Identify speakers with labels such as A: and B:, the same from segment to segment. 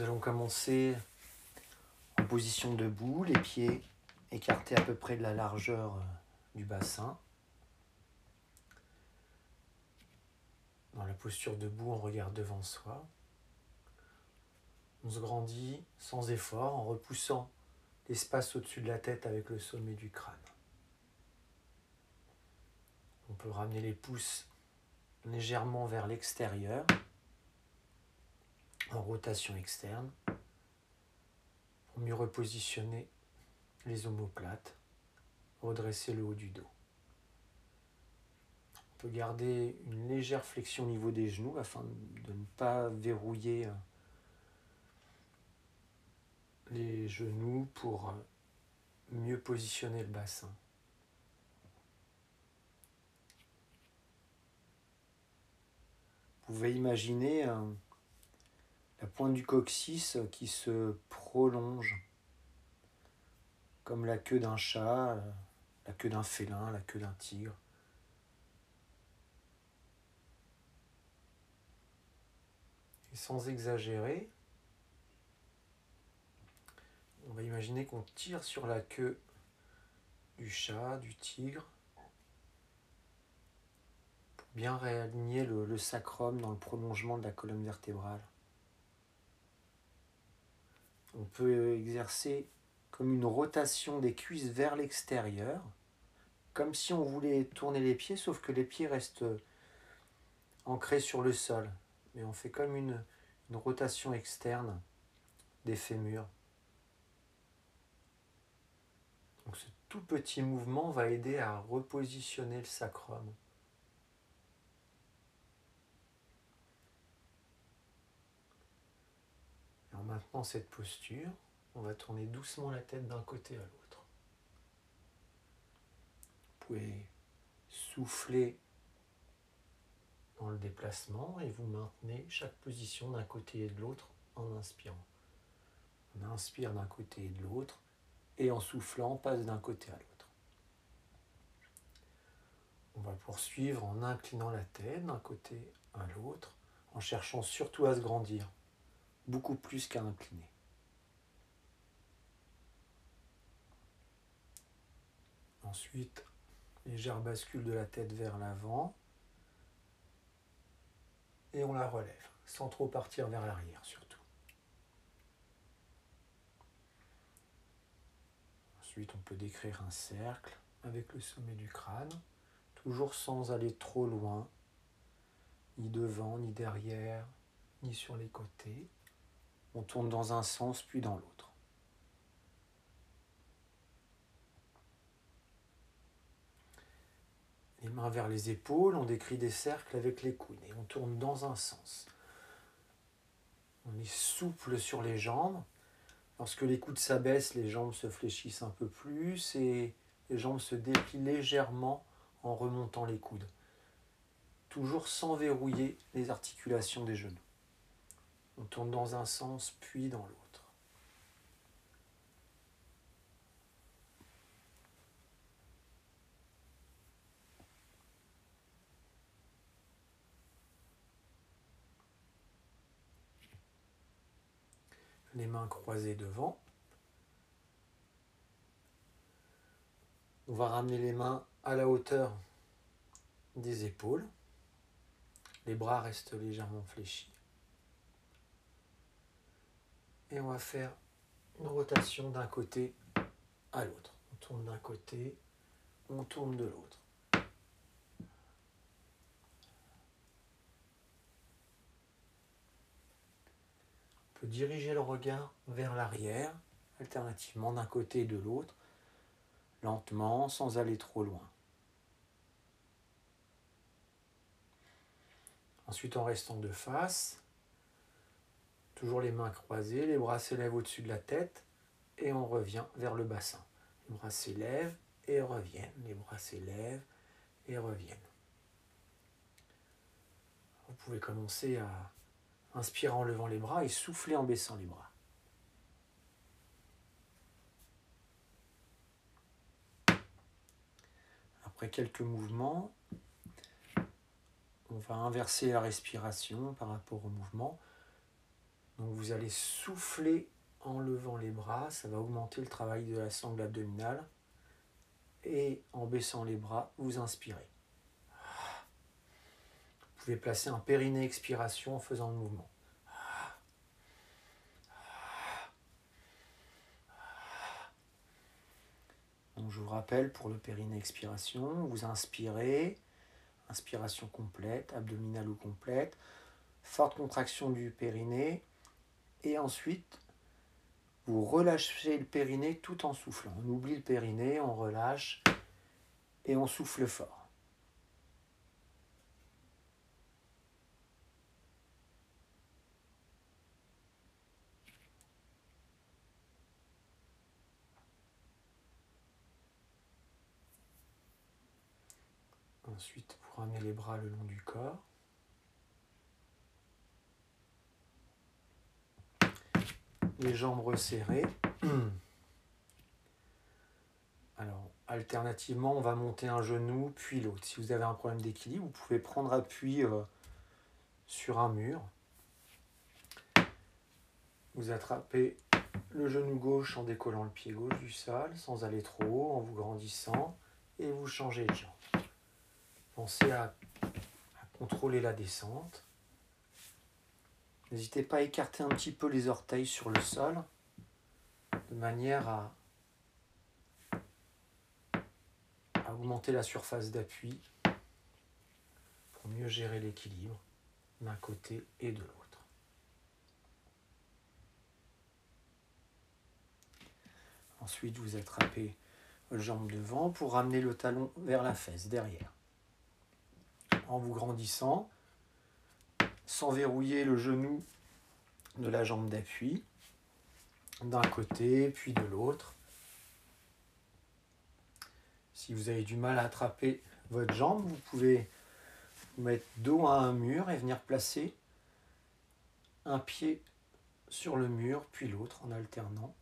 A: Nous allons commencer en position debout, les pieds écartés à peu près de la largeur du bassin. Dans la posture debout, on regarde devant soi. On se grandit sans effort en repoussant l'espace au-dessus de la tête avec le sommet du crâne. On peut ramener les pouces légèrement vers l'extérieur, en rotation externe, pour mieux repositionner les omoplates, redresser le haut du dos. On peut garder une légère flexion au niveau des genoux afin de ne pas verrouiller les genoux pour mieux positionner le bassin. Vous pouvez imaginer la pointe du coccyx qui se prolonge comme la queue d'un chat, la queue d'un félin, la queue d'un tigre. Et sans exagérer, on va imaginer qu'on tire sur la queue du chat, du tigre, pour bien réaligner le sacrum dans le prolongement de la colonne vertébrale. On peut exercer comme une rotation des cuisses vers l'extérieur, comme si on voulait tourner les pieds, sauf que les pieds restent ancrés sur le sol. Mais on fait comme une rotation externe des fémurs. Donc ce tout petit mouvement va aider à repositionner le sacrum. Alors maintenant cette posture, on va tourner doucement la tête d'un côté à l'autre. Vous pouvez souffler dans le déplacement et vous maintenez chaque position d'un côté et de l'autre en inspirant. On inspire d'un côté et de l'autre et en soufflant, on passe d'un côté à l'autre. On va poursuivre en inclinant la tête d'un côté à l'autre, en cherchant surtout à se grandir, beaucoup plus qu'à incliner. Ensuite, légère bascule de la tête vers l'avant et on la relève, sans trop partir vers l'arrière surtout. Ensuite, on peut décrire un cercle avec le sommet du crâne, toujours sans aller trop loin, ni devant, ni derrière, ni sur les côtés. On tourne dans un sens puis dans l'autre. Les mains vers les épaules, on décrit des cercles avec les coudes et on tourne dans un sens. On est souple sur les jambes. Lorsque les coudes s'abaissent, les jambes se fléchissent un peu plus et les jambes se déplient légèrement en remontant les coudes. Toujours sans verrouiller les articulations des genoux. On tourne dans un sens puis dans l'autre. Les mains croisées devant. On va ramener les mains à la hauteur des épaules. Les bras restent légèrement fléchis. Et on va faire une rotation d'un côté à l'autre. On tourne d'un côté, on tourne de l'autre. On peut diriger le regard vers l'arrière, alternativement d'un côté et de l'autre, lentement, sans aller trop loin. Ensuite, en restant de face, toujours les mains croisées, les bras s'élèvent au-dessus de la tête et on revient vers le bassin. Les bras s'élèvent et reviennent, les bras s'élèvent et reviennent. Vous pouvez commencer à inspirer en levant les bras et souffler en baissant les bras. Après quelques mouvements, on va inverser la respiration par rapport au mouvement. Donc vous allez souffler en levant les bras, ça va augmenter le travail de la sangle abdominale. Et en baissant les bras, vous inspirez. Vous pouvez placer un périnée expiration en faisant le mouvement. Donc je vous rappelle, pour le périnée expiration, vous inspirez, inspiration complète, abdominale ou complète, forte contraction du périnée, et ensuite vous relâchez le périnée tout en soufflant. On oublie le périnée, on relâche et on souffle fort. Ensuite, vous ramenez les bras le long du corps. Les jambes resserrées. Alors, alternativement, on va monter un genou, puis l'autre. Si vous avez un problème d'équilibre, vous pouvez prendre appui sur un mur. Vous attrapez le genou gauche en décollant le pied gauche du sol, sans aller trop haut, en vous grandissant, et vous changez de jambe. Pensez à contrôler la descente. N'hésitez pas à écarter un petit peu les orteils sur le sol, de manière à augmenter la surface d'appui pour mieux gérer l'équilibre d'un côté et de l'autre. Ensuite, vous attrapez la jambe devant pour ramener le talon vers la fesse, derrière. En vous grandissant, sans verrouiller le genou de la jambe d'appui, d'un côté puis de l'autre. Si vous avez du mal à attraper votre jambe, vous pouvez vous mettre dos à un mur et venir placer un pied sur le mur puis l'autre en alternant.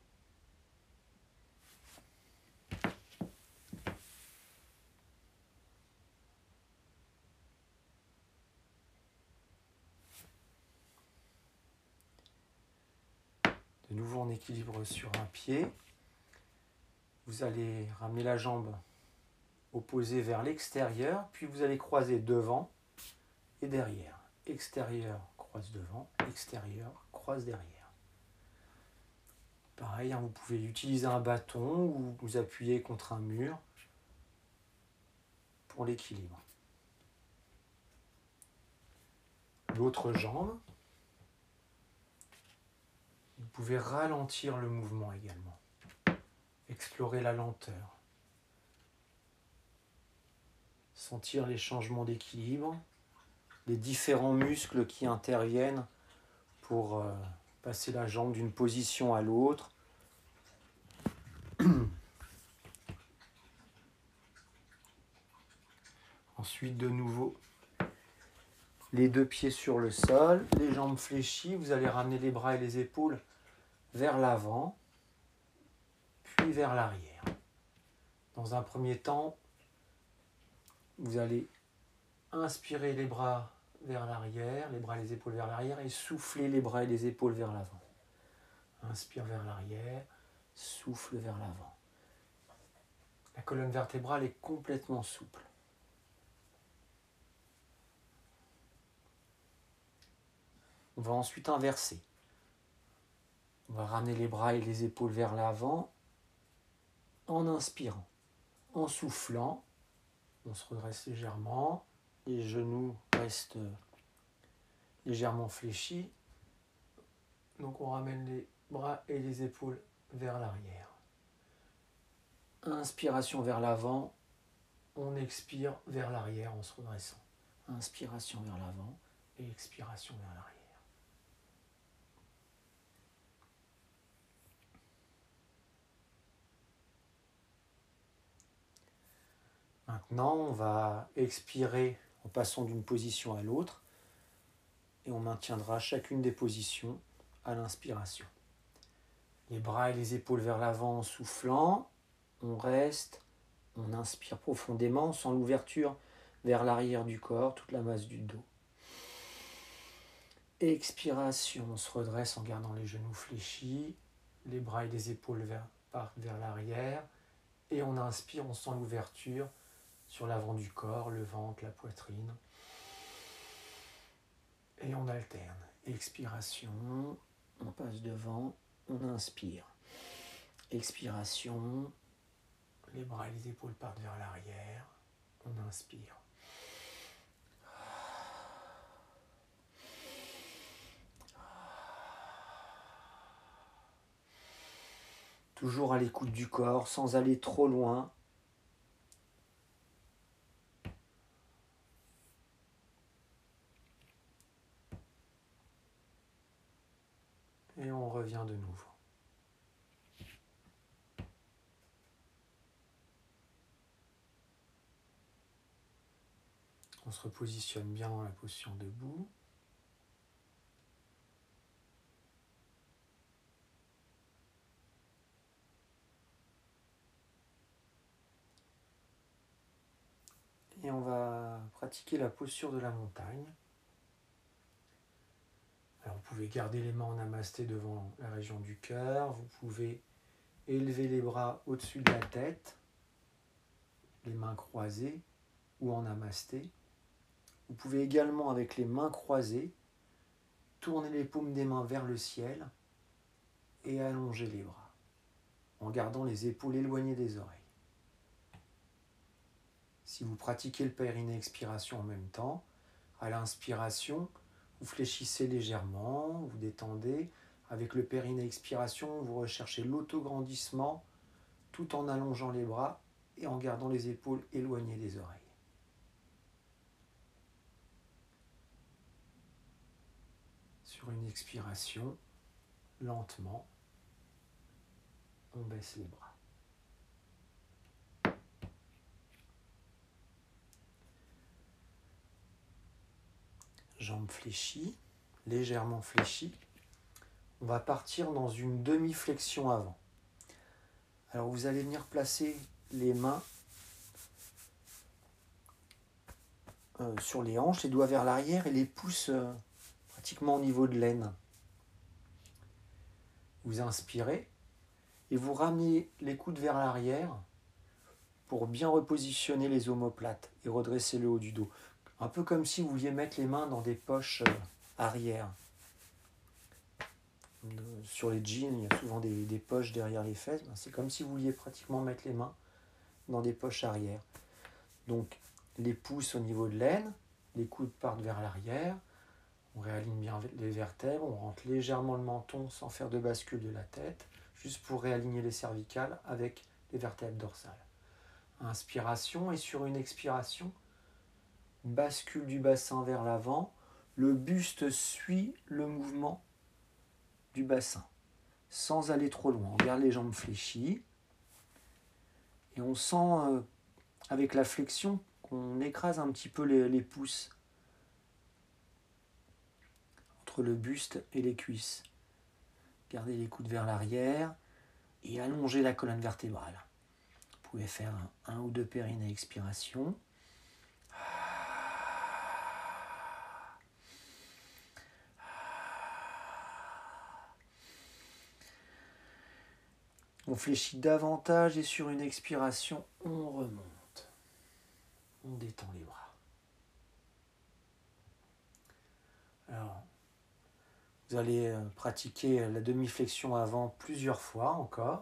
A: De nouveau en équilibre sur un pied. Vous allez ramener la jambe opposée vers l'extérieur, puis vous allez croiser devant et derrière. Extérieur, croise devant, extérieur, croise derrière. Pareil, vous pouvez utiliser un bâton ou vous appuyer contre un mur pour l'équilibre. L'autre jambe. Vous pouvez ralentir le mouvement également. Explorer la lenteur. Sentir les changements d'équilibre, les différents muscles qui interviennent pour passer la jambe d'une position à l'autre. Ensuite, de nouveau, les deux pieds sur le sol, les jambes fléchies. Vous allez ramener les bras et les épaules vers l'avant, puis vers l'arrière. Dans un premier temps, vous allez inspirer les bras vers l'arrière, les bras et les épaules vers l'arrière, et souffler les bras et les épaules vers l'avant. Inspire vers l'arrière, souffle vers l'avant. La colonne vertébrale est complètement souple. On va ensuite inverser. On va ramener les bras et les épaules vers l'avant en inspirant. En soufflant, on se redresse légèrement, les genoux restent légèrement fléchis. Donc on ramène les bras et les épaules vers l'arrière. Inspiration vers l'avant, on expire vers l'arrière en se redressant. Inspiration vers l'avant et expiration vers l'arrière. Maintenant, on va expirer en passant d'une position à l'autre et on maintiendra chacune des positions à l'inspiration. Les bras et les épaules vers l'avant en soufflant, on reste, on inspire profondément, on sent l'ouverture vers l'arrière du corps, toute la masse du dos. Expiration, on se redresse en gardant les genoux fléchis, les bras et les épaules partent vers l'arrière. Et on inspire, on sent l'ouverture sur l'avant du corps, le ventre, la poitrine. Et on alterne. Expiration, on passe devant, on inspire. Expiration, les bras et les épaules partent vers l'arrière, on inspire. Toujours à l'écoute du corps, sans aller trop loin. Et on revient de nouveau. On se repositionne bien dans la position debout. Et on va pratiquer la posture de la montagne. Alors vous pouvez garder les mains en namasté devant la région du cœur. Vous pouvez élever les bras au-dessus de la tête, les mains croisées ou en namasté. Vous pouvez également, avec les mains croisées, tourner les paumes des mains vers le ciel et allonger les bras, en gardant les épaules éloignées des oreilles. Si vous pratiquez le périnée expiration en même temps, à l'inspiration, vous fléchissez légèrement, vous détendez. Avec le périnée expiration, vous recherchez l'autograndissement tout en allongeant les bras et en gardant les épaules éloignées des oreilles. Sur une expiration, lentement, on baisse les bras. Jambes fléchies, légèrement fléchies. On va partir dans une demi-flexion avant. Alors vous allez venir placer les mains sur les hanches, les doigts vers l'arrière et les pouces pratiquement au niveau de l'aine. Vous inspirez et vous ramenez les coudes vers l'arrière pour bien repositionner les omoplates et redresser le haut du dos. Un peu comme si vous vouliez mettre les mains dans des poches arrière. Sur les jeans, il y a souvent des poches derrière les fesses. C'est comme si vous vouliez pratiquement mettre les mains dans des poches arrière. Donc les pouces au niveau de l'aine, les coudes partent vers l'arrière. On réaligne bien les vertèbres, on rentre légèrement le menton sans faire de bascule de la tête, juste pour réaligner les cervicales avec les vertèbres dorsales. Inspiration et sur une expiration, bascule du bassin vers l'avant, le buste suit le mouvement du bassin, sans aller trop loin. On garde les jambes fléchies et on sent avec la flexion qu'on écrase un petit peu les pouces entre le buste et les cuisses. Gardez les coudes vers l'arrière et allongez la colonne vertébrale. Vous pouvez faire un ou deux périnées expiration. On fléchit davantage et sur une expiration, on remonte. On détend les bras. Alors, vous allez pratiquer la demi-flexion avant plusieurs fois encore.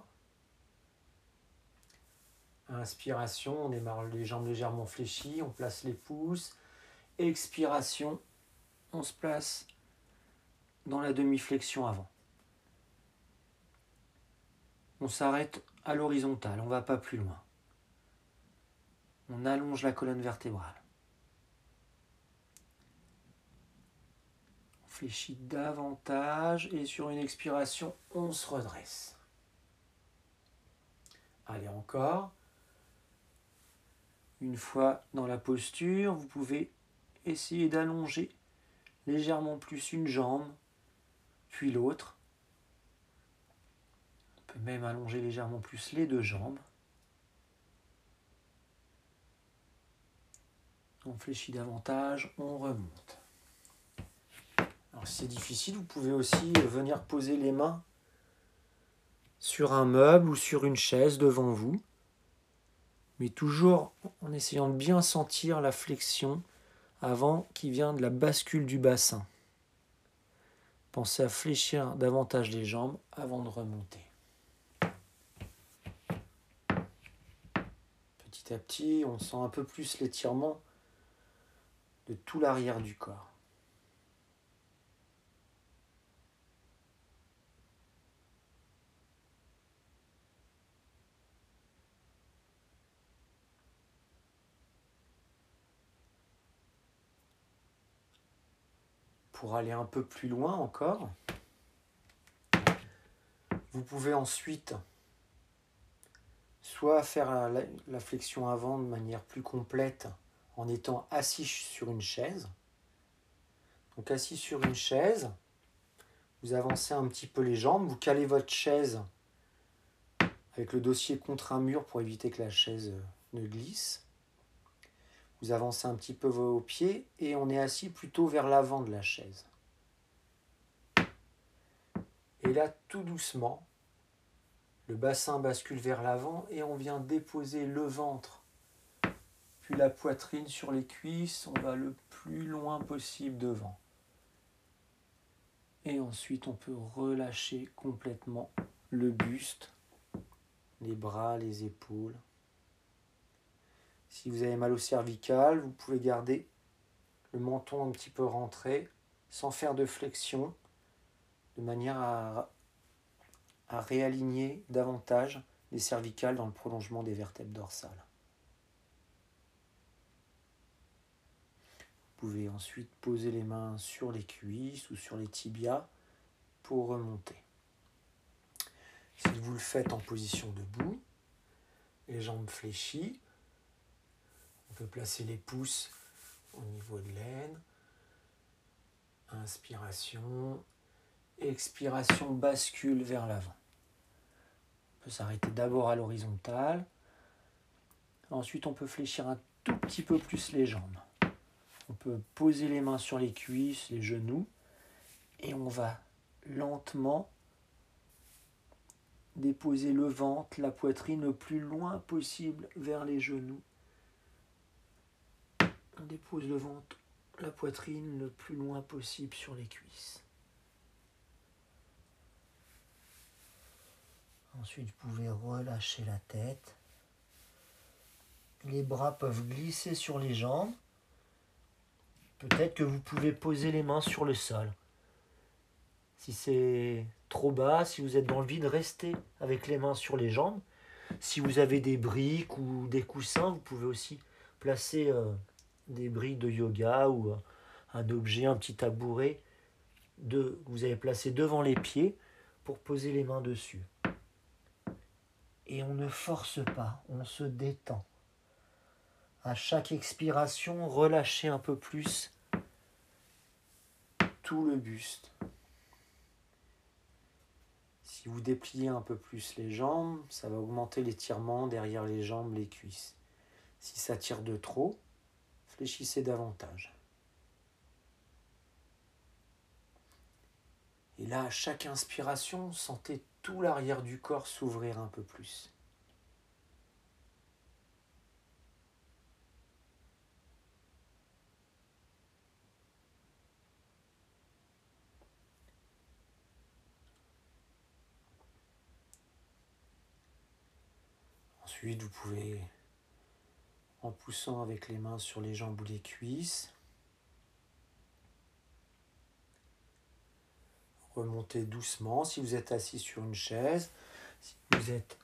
A: Inspiration, on démarre les jambes légèrement fléchies, on place les pouces. Expiration, on se place dans la demi-flexion avant. On s'arrête à l'horizontale, on ne va pas plus loin. On allonge la colonne vertébrale. On fléchit davantage et sur une expiration, on se redresse. Allez, encore. Une fois dans la posture, vous pouvez essayer d'allonger légèrement plus une jambe, puis l'autre. On peut même allonger légèrement plus les deux jambes. On fléchit davantage, on remonte. Alors, si c'est difficile, vous pouvez aussi venir poser les mains sur un meuble ou sur une chaise devant vous, mais toujours en essayant de bien sentir la flexion avant qui vient de la bascule du bassin. Pensez à fléchir davantage les jambes avant de remonter. Petit à petit, on sent un peu plus l'étirement de tout l'arrière du corps. Pour aller un peu plus loin encore, vous pouvez ensuite soit faire la flexion avant de manière plus complète en étant assis sur une chaise. Donc assis sur une chaise, vous avancez un petit peu les jambes, vous calez votre chaise avec le dossier contre un mur pour éviter que la chaise ne glisse. Vous avancez un petit peu vos pieds et on est assis plutôt vers l'avant de la chaise. Et là, tout doucement, le bassin bascule vers l'avant et on vient déposer le ventre, puis la poitrine sur les cuisses. On va le plus loin possible devant. Et ensuite, on peut relâcher complètement le buste, les bras, les épaules. Si vous avez mal au cervical, vous pouvez garder le menton un petit peu rentré, sans faire de flexion, de manière à réaligner davantage les cervicales dans le prolongement des vertèbres dorsales. Vous pouvez ensuite poser les mains sur les cuisses ou sur les tibias pour remonter. Si vous le faites en position debout, les jambes fléchies, on peut placer les pouces au niveau de l'aine. Inspiration, expiration, bascule vers l'avant. On peut s'arrêter d'abord à l'horizontale. Ensuite, on peut fléchir un tout petit peu plus les jambes. On peut poser les mains sur les cuisses, les genoux, et on va lentement déposer le ventre, la poitrine le plus loin possible vers les genoux. On dépose le ventre, la poitrine le plus loin possible sur les cuisses. Ensuite, vous pouvez relâcher la tête. Les bras peuvent glisser sur les jambes. Peut-être que vous pouvez poser les mains sur le sol. Si c'est trop bas, si vous êtes dans le vide, restez avec les mains sur les jambes. Si vous avez des briques ou des coussins, vous pouvez aussi placer des briques de yoga ou un objet, un petit tabouret que vous avez placé devant les pieds pour poser les mains dessus. Et on ne force pas, on se détend. À chaque expiration, relâchez un peu plus tout le buste. Si vous dépliez un peu plus les jambes, ça va augmenter l'étirement derrière les jambes, les cuisses. Si ça tire de trop, fléchissez davantage. Et là, à chaque inspiration, sentez tout l'arrière du corps s'ouvrir un peu plus. Ensuite, vous pouvez, en poussant avec les mains sur les jambes ou les cuisses, remonter doucement. Si vous êtes assis sur une chaise, si vous êtes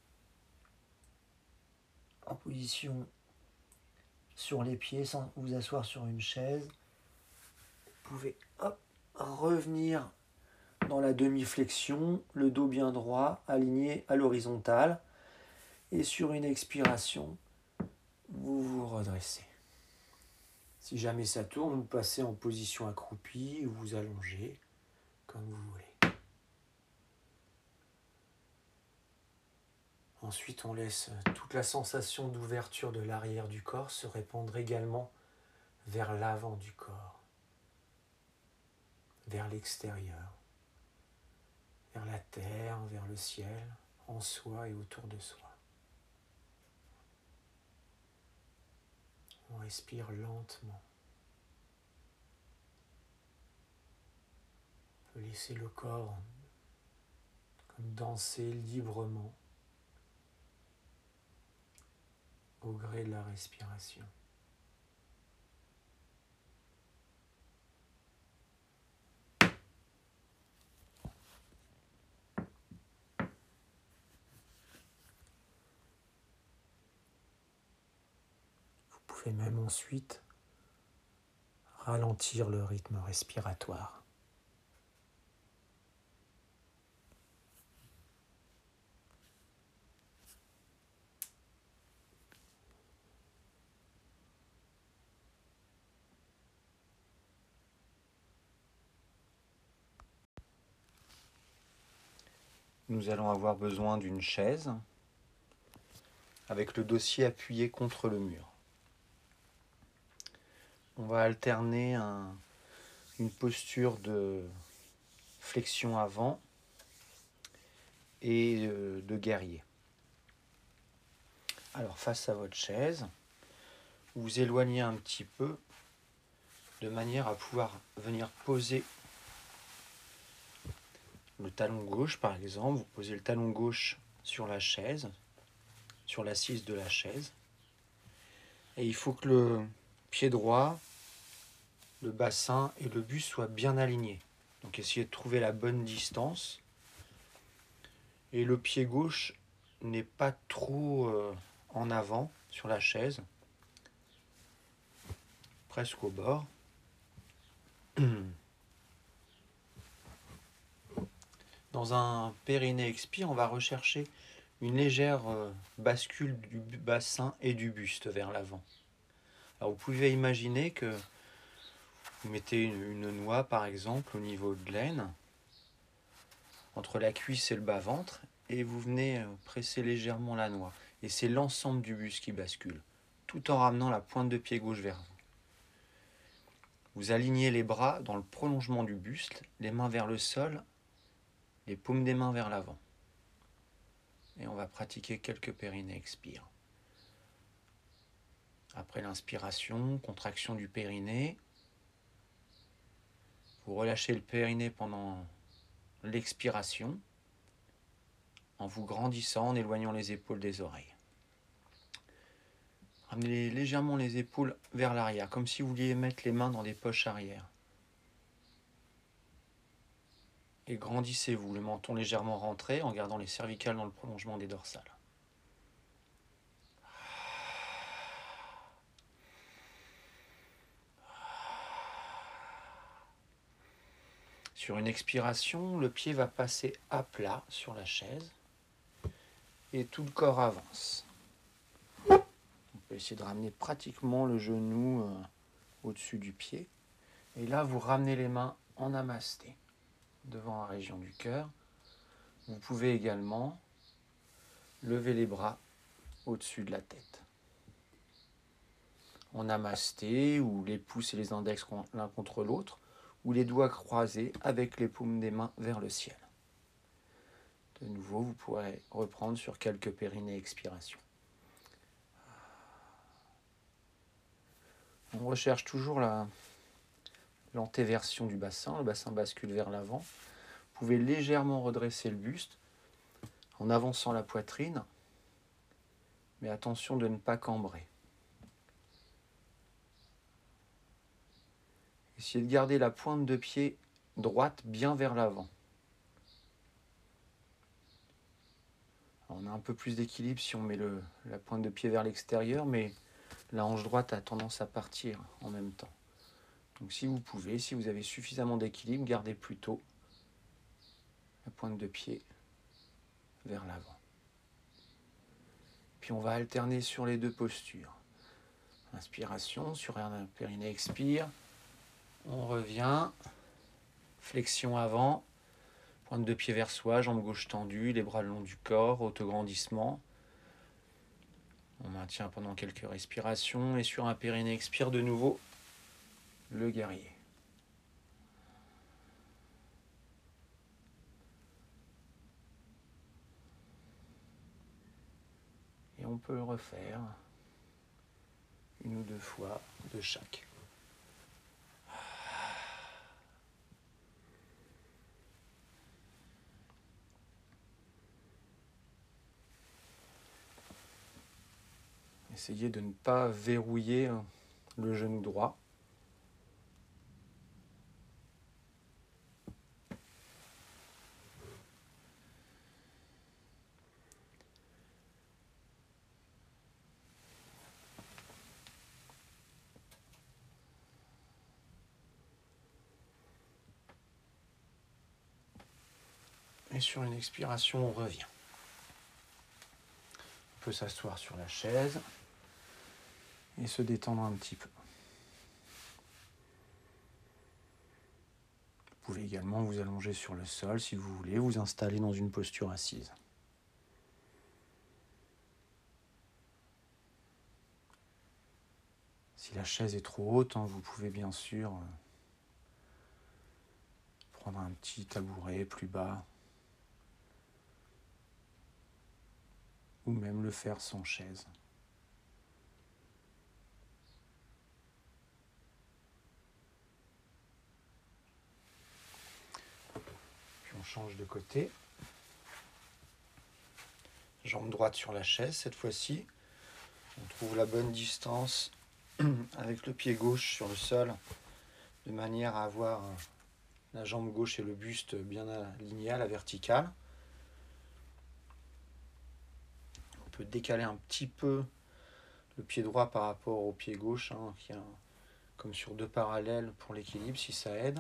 A: en position sur les pieds sans vous asseoir sur une chaise, vous pouvez revenir dans la demi-flexion, le dos bien droit, aligné à l'horizontale. Et sur une expiration, vous vous redressez. Si jamais ça tourne, vous passez en position accroupie ou vous allongez, comme vous voulez. Ensuite, on laisse toute la sensation d'ouverture de l'arrière du corps se répandre également vers l'avant du corps. vers l'extérieur, vers la terre, vers le ciel, en soi et autour de soi. On respire lentement. On peut laisser le corps comme danser librement au gré de la respiration. Vous pouvez même ensuite ralentir le rythme respiratoire. Nous allons avoir besoin d'une chaise avec le dossier appuyé contre le mur. On va alterner une posture de flexion avant et de guerrier. Alors face à votre chaise, vous vous éloignez un petit peu de manière à pouvoir venir poser le talon gauche par exemple. Vous posez le talon gauche sur la chaise, sur l'assise de la chaise. Et il faut que le pied droit, le bassin et le buste soient bien alignés. Donc essayez de trouver la bonne distance. Et le pied gauche n'est pas trop en avant sur la chaise, presque au bord. Dans un périnée expire, on va rechercher une légère bascule du bassin et du buste vers l'avant. Alors vous pouvez imaginer que vous mettez une noix par exemple au niveau de l'aine, entre la cuisse et le bas-ventre, et vous venez presser légèrement la noix. Et c'est l'ensemble du buste qui bascule, tout en ramenant la pointe de pied gauche vers vous. Vous alignez les bras dans le prolongement du buste, les mains vers le sol, les paumes des mains vers l'avant. Et on va pratiquer quelques périnées expire. Après l'inspiration, contraction du périnée. Vous relâchez le périnée pendant l'expiration, en vous grandissant, en éloignant les épaules des oreilles. Ramenez légèrement les épaules vers l'arrière, comme si vous vouliez mettre les mains dans des poches arrière. Et grandissez-vous, le menton légèrement rentré, en gardant les cervicales dans le prolongement des dorsales. Sur une expiration, le pied va passer à plat sur la chaise et tout le corps avance. On peut essayer de ramener pratiquement le genou au-dessus du pied. Et là, vous ramenez les mains en namasté devant la région du cœur. Vous pouvez également lever les bras au-dessus de la tête. En namasté, où les pouces et les index l'un contre l'autre, ou les doigts croisés avec les paumes des mains vers le ciel. De nouveau, vous pourrez reprendre sur quelques périnées expiration. On recherche toujours l'antéversion du bassin. Le bassin bascule vers l'avant. Vous pouvez légèrement redresser le buste en avançant la poitrine, mais attention de ne pas cambrer. Essayez de garder la pointe de pied droite bien vers l'avant. On a un peu plus d'équilibre si on met la pointe de pied vers l'extérieur, mais la hanche droite a tendance à partir en même temps. Donc si vous pouvez, si vous avez suffisamment d'équilibre, gardez plutôt la pointe de pied vers l'avant. Puis on va alterner sur les deux postures. Inspiration, sur un périnée expire. On revient, flexion avant, pointe de pied vers soi, jambe gauche tendue, les bras le long du corps, autograndissement. On maintient pendant quelques respirations et sur un périnée expire de nouveau, le guerrier. on peut refaire une ou deux fois de chaque. Essayez de ne pas verrouiller le genou droit. Et sur une expiration, on revient. On peut s'asseoir sur la chaise et se détendre un petit peu. Vous pouvez également vous allonger sur le sol si vous voulez, vous installer dans une posture assise. Si la chaise est trop haute, vous pouvez bien sûr prendre un petit tabouret plus bas ou même le faire sans chaise. Puis on change de côté. Jambe droite sur la chaise cette fois-ci. On trouve la bonne distance avec le pied gauche sur le sol de manière à avoir la jambe gauche et le buste bien alignés à la verticale. On peut décaler un petit peu le pied droit par rapport au pied gauche, qui est comme sur deux parallèles pour l'équilibre si ça aide.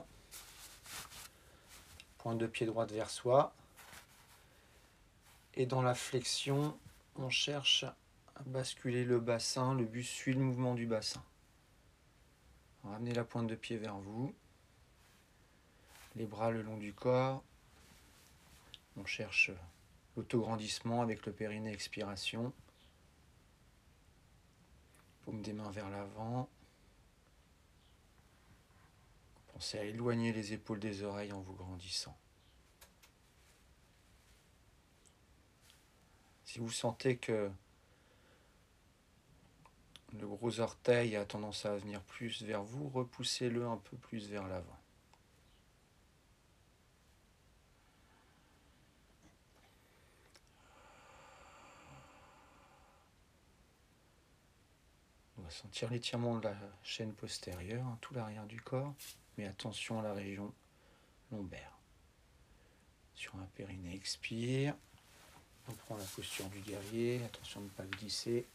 A: Pointe de pied droite vers soi. Et dans la flexion, on cherche à basculer le bassin, le buste suit le mouvement du bassin. Ramenez la pointe de pied vers vous. Les bras le long du corps. On cherche l'autograndissement avec le périnée, expiration. Paume des mains vers l'avant. Pensez à éloigner les épaules des oreilles en vous grandissant. Si vous sentez que le gros orteil a tendance à venir plus vers vous, repoussez-le un peu plus vers l'avant. On va sentir l'étirement de la chaîne postérieure, tout l'arrière du corps, mais attention à la région lombaire. Sur un périnée, expire. On prend la posture du guerrier, attention de ne pas glisser.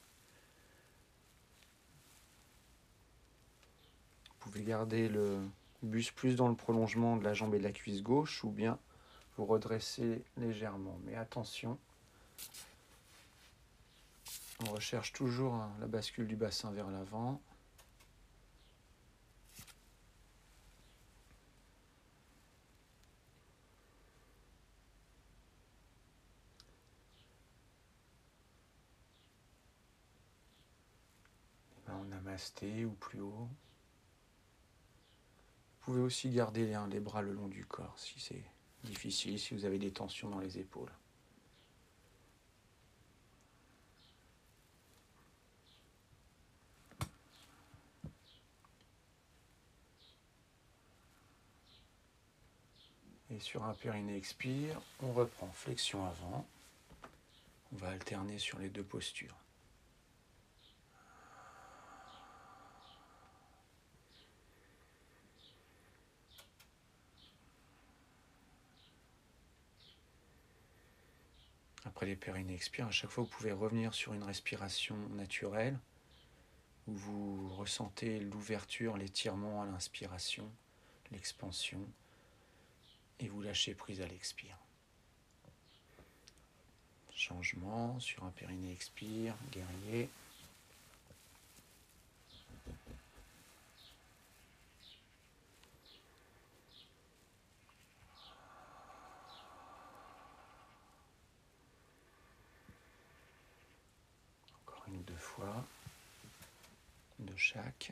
A: Vous pouvez garder le buste plus dans le prolongement de la jambe et de la cuisse gauche ou bien vous redresser légèrement. Mais attention, on recherche toujours la bascule du bassin vers l'avant. En namasté ou plus haut. Vous pouvez aussi garder les bras le long du corps si c'est difficile, si vous avez des tensions dans les épaules. Et sur un périnée, expire, on reprend flexion avant. On va alterner sur les deux postures. Après les périnées expire, à chaque fois vous pouvez revenir sur une respiration naturelle où vous ressentez l'ouverture, l'étirement à l'inspiration, l'expansion et vous lâchez prise à l'expire. Changement sur un périnée expire, guerrier. Une ou deux fois de chaque.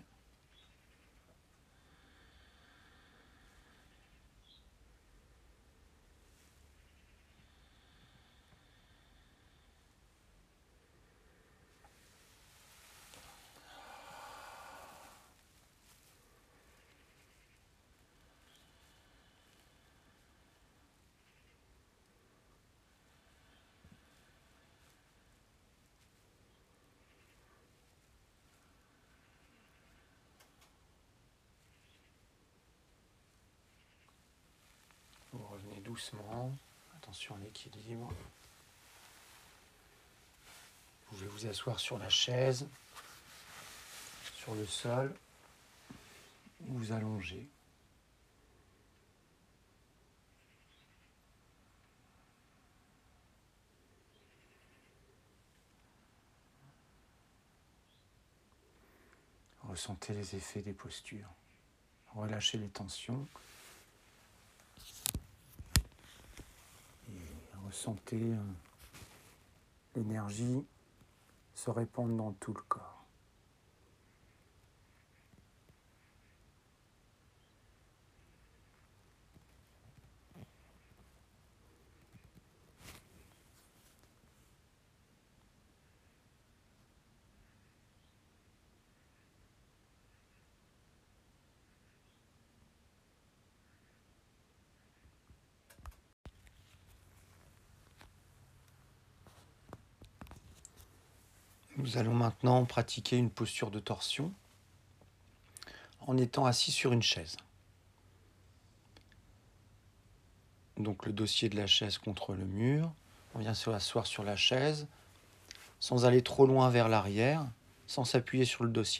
A: doucement. Attention à l'équilibre. Vous pouvez vous asseoir sur la chaise, sur le sol, ou vous allonger. Ressentez les effets des postures. Relâchez les tensions. Et ressentez l'énergie se répandre dans tout le corps. Nous allons maintenant pratiquer une posture de torsion en étant assis sur une chaise. Donc le dossier de la chaise contre le mur. On vient se asseoir sur la chaise sans aller trop loin vers l'arrière, sans s'appuyer sur le dossier.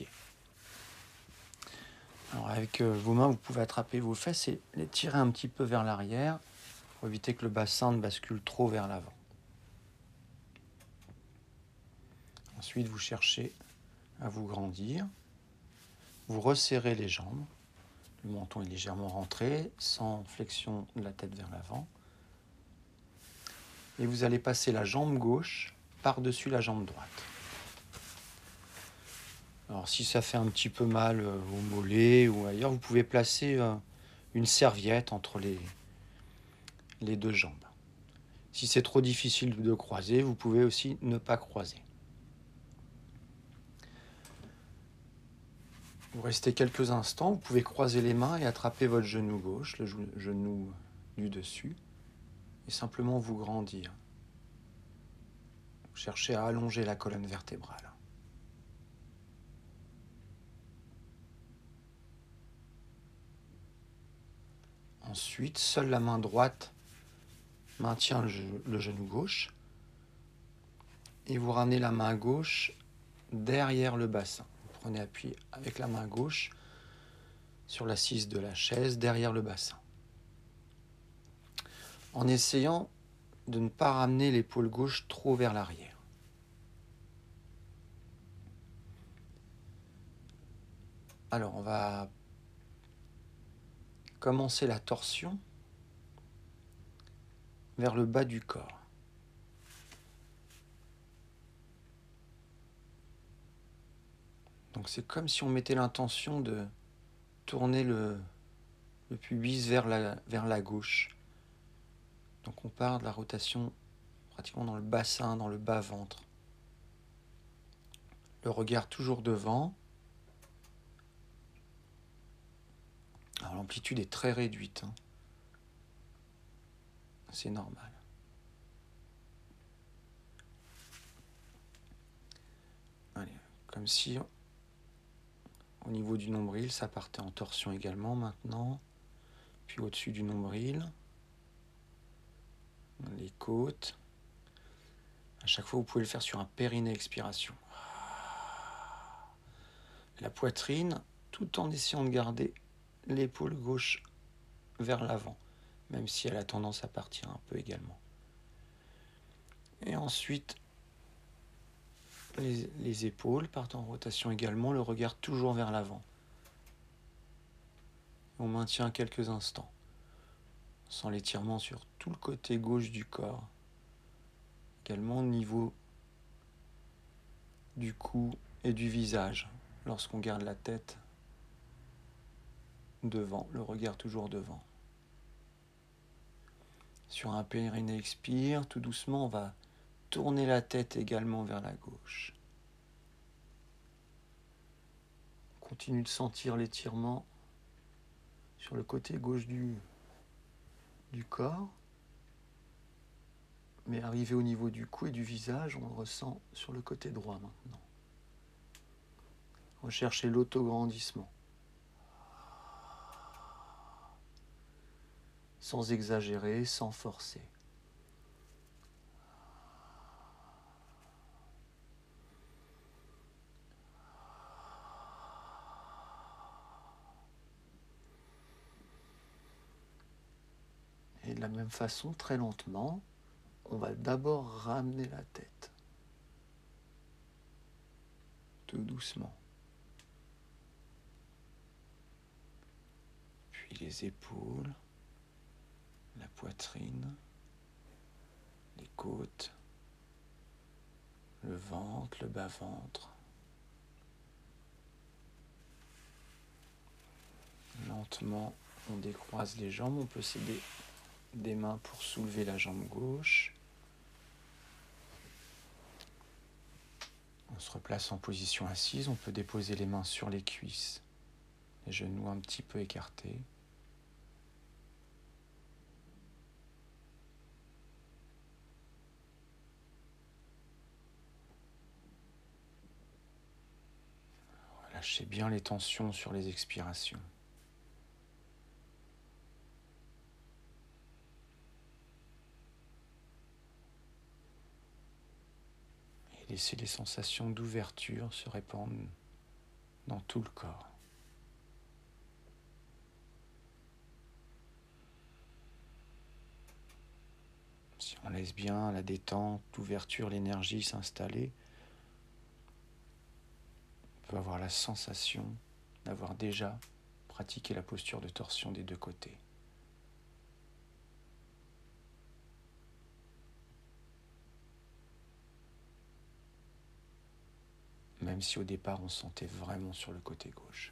A: Alors avec vos mains, vous pouvez attraper vos fesses et les tirer un petit peu vers l'arrière pour éviter que le bassin ne bascule trop vers l'avant. Ensuite, vous cherchez à vous grandir. Vous resserrez les jambes. Le menton est légèrement rentré, sans flexion de la tête vers l'avant. Et vous allez passer la jambe gauche par-dessus la jambe droite. Alors si ça fait un petit peu mal au mollet ou ailleurs, vous pouvez placer une serviette entre les deux jambes. Si c'est trop difficile de croiser, vous pouvez aussi ne pas croiser. Vous restez quelques instants, vous pouvez croiser les mains et attraper votre genou gauche, le genou du dessus, et simplement vous grandir. Vous cherchez à allonger la colonne vertébrale. Ensuite, seule la main droite maintient le genou gauche et vous ramenez la main gauche derrière le bassin. Vous prenez appui avec la main gauche sur l'assise de la chaise derrière le bassin. En essayant de ne pas ramener l'épaule gauche trop vers l'arrière. Alors, on va commencer la torsion vers le bas du corps. Donc c'est comme si on mettait l'intention de tourner le pubis vers la gauche. Donc on part de la rotation pratiquement dans le bassin, dans le bas-ventre. Le regard toujours devant. Alors l'amplitude est très réduite. C'est normal. Allez, comme si au niveau du nombril, ça partait en torsion également maintenant. Puis au-dessus du nombril, les côtes. À chaque fois, vous pouvez le faire sur un périnée expiration. La poitrine, tout en essayant de garder l'épaule gauche vers l'avant, même si elle a tendance à partir un peu également. Et ensuite, les épaules partent en rotation également, le regard toujours vers l'avant. On maintient quelques instants, sans l'étirement sur tout le côté gauche du corps, également au niveau du cou et du visage, lorsqu'on garde la tête devant, le regard toujours devant. Sur un périnée expire, tout doucement, on va tourner la tête également vers la gauche. On continue de sentir l'étirement sur le côté gauche du corps. Mais arrivé au niveau du cou et du visage, on le ressent sur le côté droit maintenant. Recherchez l'autograndissement. sans exagérer, sans forcer. Et de la même façon, très lentement, on va d'abord ramener la tête. Tout doucement. Puis les épaules, la poitrine, les côtes, le ventre, le bas-ventre. Lentement, on décroise les jambes. On peut s'aider des mains pour soulever la jambe gauche. On se replace en position assise. On peut déposer les mains sur les cuisses, les genoux un petit peu écartés. Lâchez bien les tensions sur les expirations. Et laissez les sensations d'ouverture se répandre dans tout le corps. Si on laisse bien la détente, l'ouverture, l'énergie s'installer, on peut avoir la sensation d'avoir déjà pratiqué la posture de torsion des deux côtés. Même si au départ on se sentait vraiment sur le côté gauche.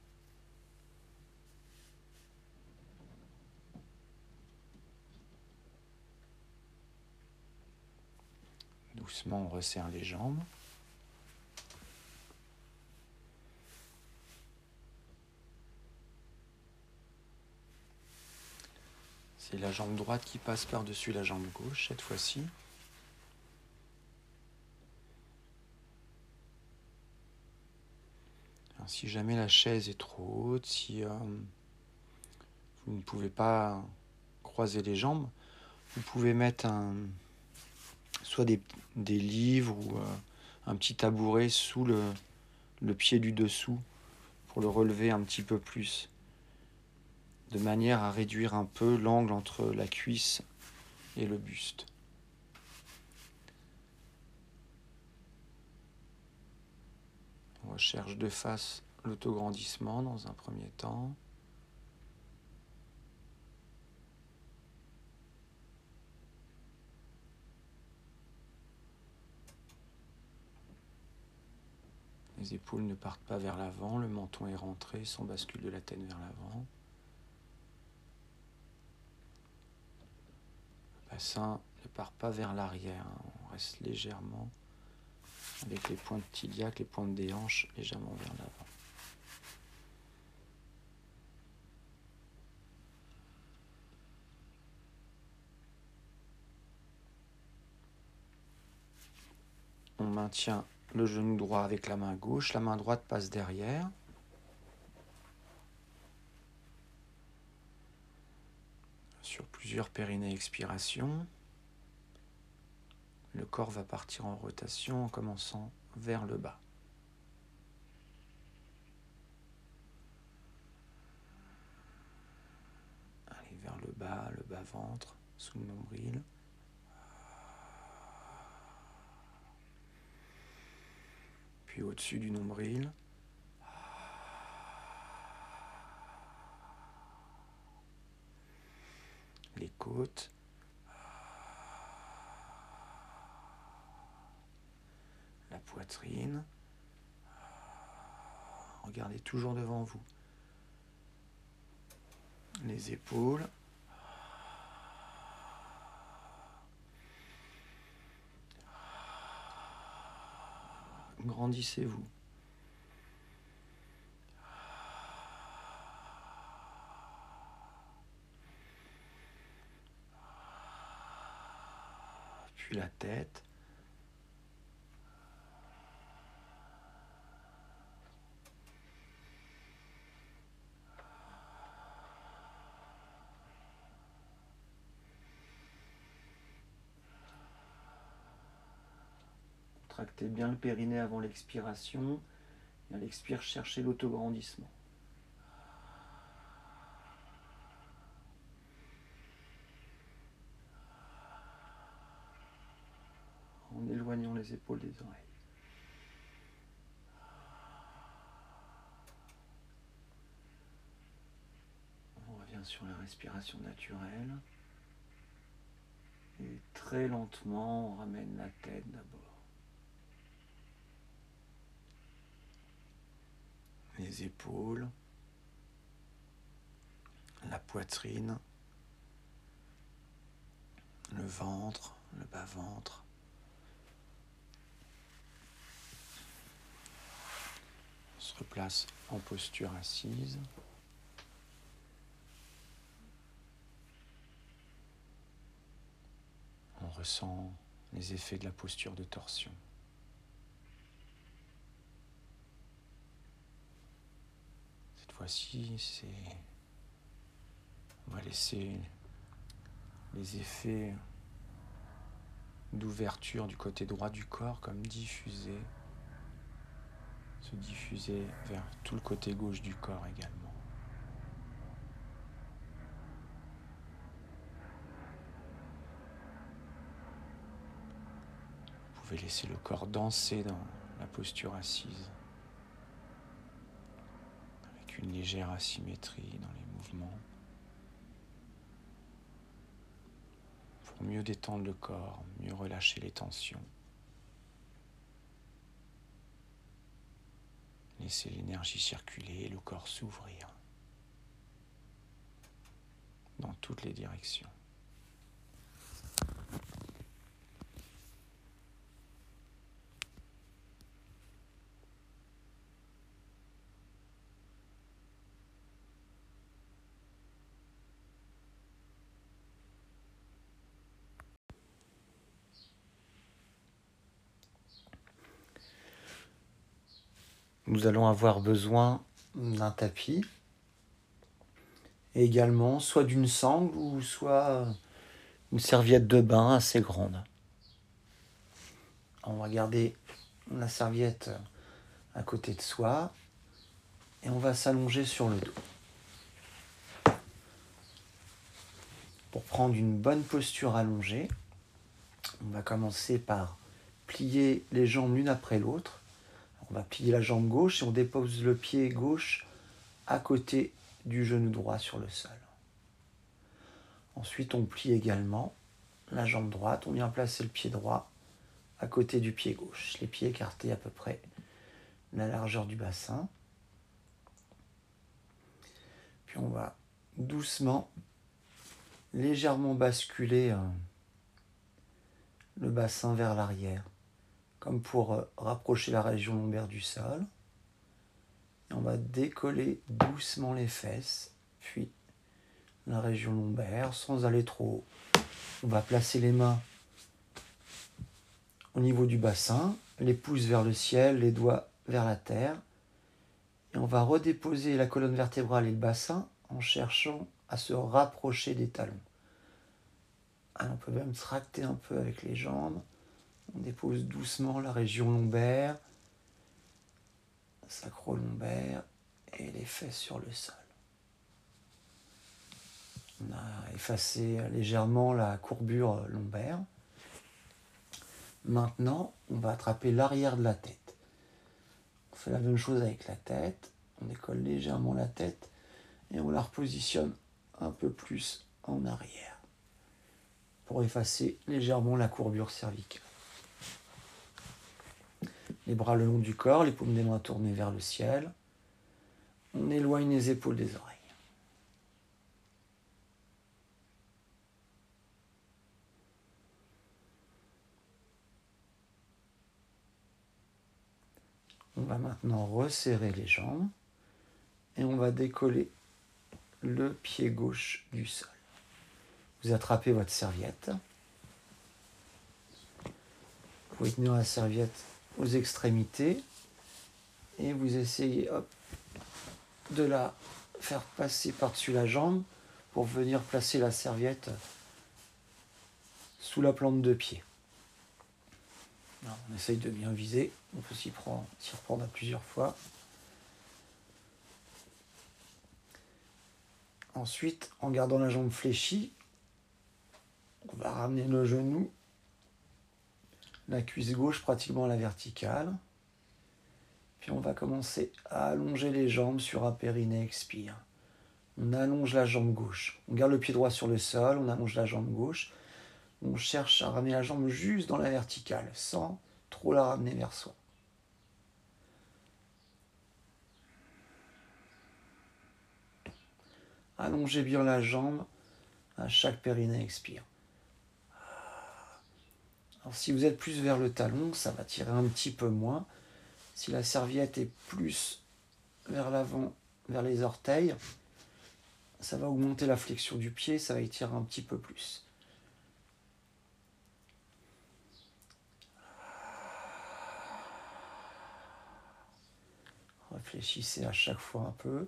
A: Doucement, on resserre les jambes. C'est la jambe droite qui passe par-dessus la jambe gauche cette fois-ci. Alors, si jamais la chaise est trop haute, si vous ne pouvez pas croiser les jambes, vous pouvez mettre soit des livres ou un petit tabouret sous le pied du dessous pour le relever un petit peu plus, de manière à réduire un peu l'angle entre la cuisse et le buste. On recherche de face l'autograndissement dans un premier temps. Les épaules ne partent pas vers l'avant, le menton est rentré sans bascule de la tête vers l'avant. Le bassin ne part pas vers l'arrière, on reste légèrement avec les pointes tiliaques, les pointes des hanches légèrement vers l'avant. On maintient le genou droit avec la main gauche, la main droite passe derrière. Sur plusieurs périnées expirations, le corps va partir en rotation en commençant vers le bas. Allez vers le bas-ventre, sous le nombril. Puis au-dessus du nombril. Les côtes. La poitrine. Regardez toujours devant vous. Les épaules. Grandissez-vous. Puis la tête. contractez bien le périnée avant l'expiration. Et à l'expire, cherchez l'autograndissement. En éloignant les épaules des oreilles. On revient sur la respiration naturelle. Et très lentement, on ramène la tête d'abord. Les épaules, la poitrine, le ventre, le bas-ventre. On se replace en posture assise. On ressent les effets de la posture de torsion. Cette fois-ci, on va laisser les effets d'ouverture du côté droit du corps comme se diffuser vers tout le côté gauche du corps également. Vous pouvez laisser le corps danser dans la posture assise, avec une légère asymétrie dans les mouvements, pour mieux détendre le corps, mieux relâcher les tensions. Laissez l'énergie circuler et le corps s'ouvrir dans toutes les directions. Nous allons avoir besoin d'un tapis, et également soit d'une sangle ou soit une serviette de bain assez grande. On va garder la serviette à côté de soi et on va s'allonger sur le dos. Pour prendre une bonne posture allongée, on va commencer par plier les jambes l'une après l'autre. On va plier la jambe gauche et on dépose le pied gauche à côté du genou droit sur le sol. Ensuite, on plie également la jambe droite. On vient placer le pied droit à côté du pied gauche. Les pieds écartés à peu près la largeur du bassin. Puis on va doucement, légèrement basculer le bassin vers l'arrière, comme pour rapprocher la région lombaire du sol. Et on va décoller doucement les fesses, puis la région lombaire, sans aller trop haut. On va placer les mains au niveau du bassin, les pouces vers le ciel, les doigts vers la terre. Et on va redéposer la colonne vertébrale et le bassin en cherchant à se rapprocher des talons. Alors on peut même tracter un peu avec les jambes. On dépose doucement la région lombaire, sacro-lombaire et les fesses sur le sol. On a effacé légèrement la courbure lombaire. Maintenant, on va attraper l'arrière de la tête. On fait la même chose avec la tête. On décolle légèrement la tête et on la repositionne un peu plus en arrière pour effacer légèrement la courbure cervicale. Les bras le long du corps, les paumes des mains tournées vers le ciel. On éloigne les épaules des oreilles. On va maintenant resserrer les jambes et on va décoller le pied gauche du sol. Vous attrapez votre serviette. Vous pouvez tenir la serviette aux extrémités et vous essayez de la faire passer par-dessus la jambe pour venir placer la serviette sous la plante de pied. Alors, on essaye de bien viser, on peut s'y reprendre à plusieurs fois. Ensuite, en gardant la jambe fléchie, on va ramener le genou, la cuisse gauche pratiquement à la verticale. Puis on va commencer à allonger les jambes sur un périnée expire. On allonge la jambe gauche. On garde le pied droit sur le sol, on allonge la jambe gauche. On cherche à ramener la jambe juste dans la verticale, sans trop la ramener vers soi. Allongez bien la jambe à chaque périnée expire. Alors, si vous êtes plus vers le talon, ça va tirer un petit peu moins. Si la serviette est plus vers l'avant, vers les orteils, ça va augmenter la flexion du pied, ça va y tirer un petit peu plus. Réfléchissez à chaque fois un peu.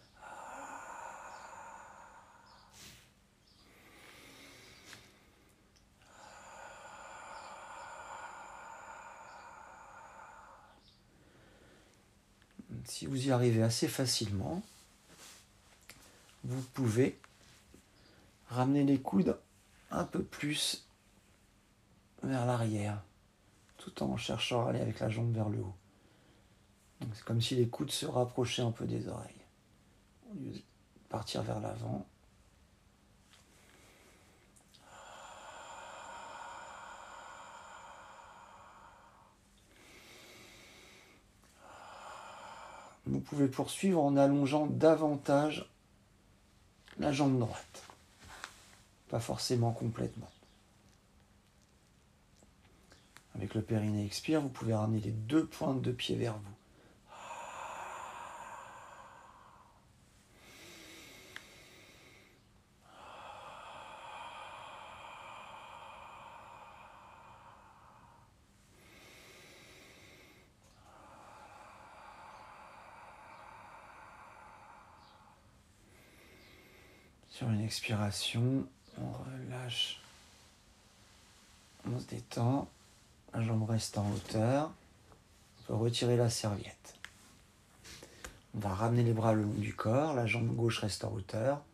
A: Si vous y arrivez assez facilement, vous pouvez ramener les coudes un peu plus vers l'arrière, tout en cherchant à aller avec la jambe vers le haut. C'est comme si les coudes se rapprochaient un peu des oreilles, au lieu de partir vers l'avant. Vous pouvez poursuivre en allongeant davantage la jambe droite, pas forcément complètement. Avec le périnée expire, vous pouvez ramener les deux pointes de pied vers vous. Sur une expiration, on relâche, on se détend, la jambe reste en hauteur, on peut retirer la serviette. On va ramener les bras le long du corps, la jambe gauche reste en hauteur.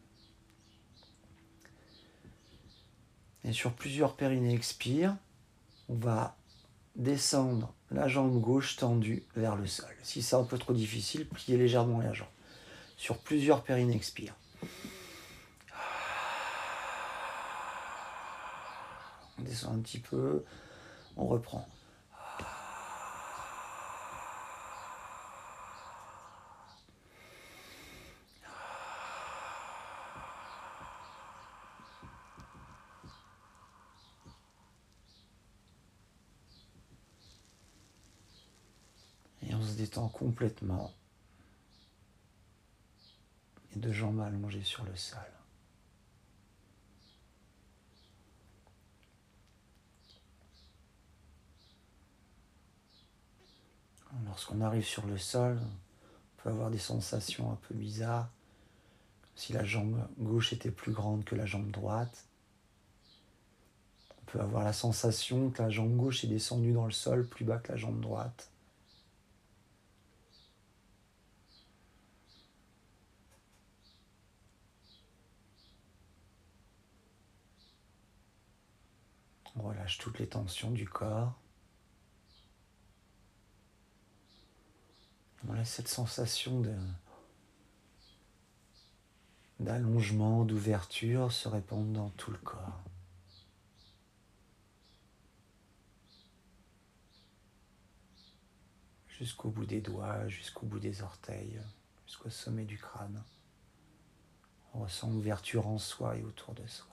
A: Et sur plusieurs périnées expire, on va descendre la jambe gauche tendue vers le sol. Si c'est un peu trop difficile, pliez légèrement la jambe. Sur plusieurs périnées expire. On descend un petit peu, on reprend. Et on se détend complètement. Les deux jambes allongées sur le sol. Lorsqu'on arrive sur le sol, on peut avoir des sensations un peu bizarres, comme si la jambe gauche était plus grande que la jambe droite. On peut avoir la sensation que la jambe gauche est descendue dans le sol plus bas que la jambe droite. On relâche toutes les tensions du corps. On laisse cette sensation d'allongement, d'ouverture se répandre dans tout le corps. Jusqu'au bout des doigts, jusqu'au bout des orteils, jusqu'au sommet du crâne. On ressent l'ouverture en soi et autour de soi.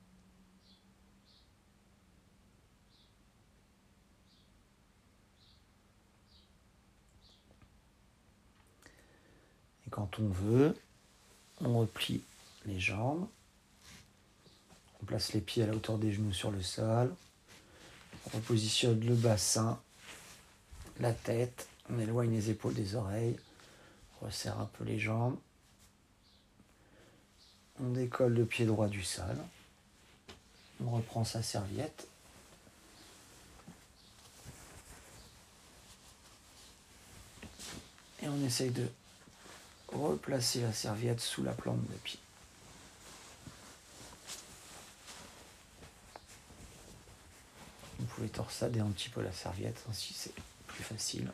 A: Et quand on veut, on replie les jambes, on place les pieds à la hauteur des genoux sur le sol, on repositionne le bassin, la tête, on éloigne les épaules des oreilles, on resserre un peu les jambes, on décolle le pied droit du sol, on reprend sa serviette, on essaye de replacer la serviette sous la plante de pied. Vous pouvez torsader un petit peu la serviette, ainsi c'est plus facile.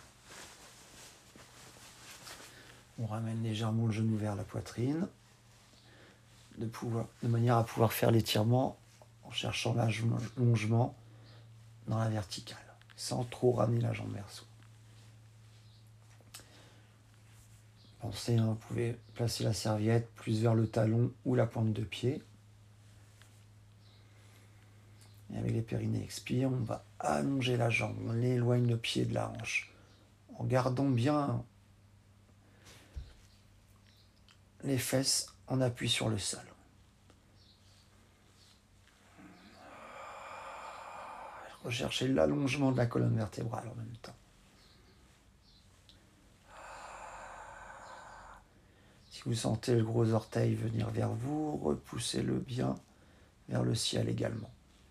A: On ramène légèrement le genou vers la poitrine, de manière à pouvoir faire l'étirement en cherchant l'allongement dans la verticale, sans trop ramener la jambe vers soi. Pensez, vous pouvez placer la serviette plus vers le talon ou la pointe de pied. Et avec les périnées expire, on va allonger la jambe, on éloigne le pied de la hanche, en gardant bien les fesses en appui sur le sol. Recherchez l'allongement de la colonne vertébrale en même temps. Si vous sentez le gros orteil venir vers vous, repoussez-le bien vers le ciel également.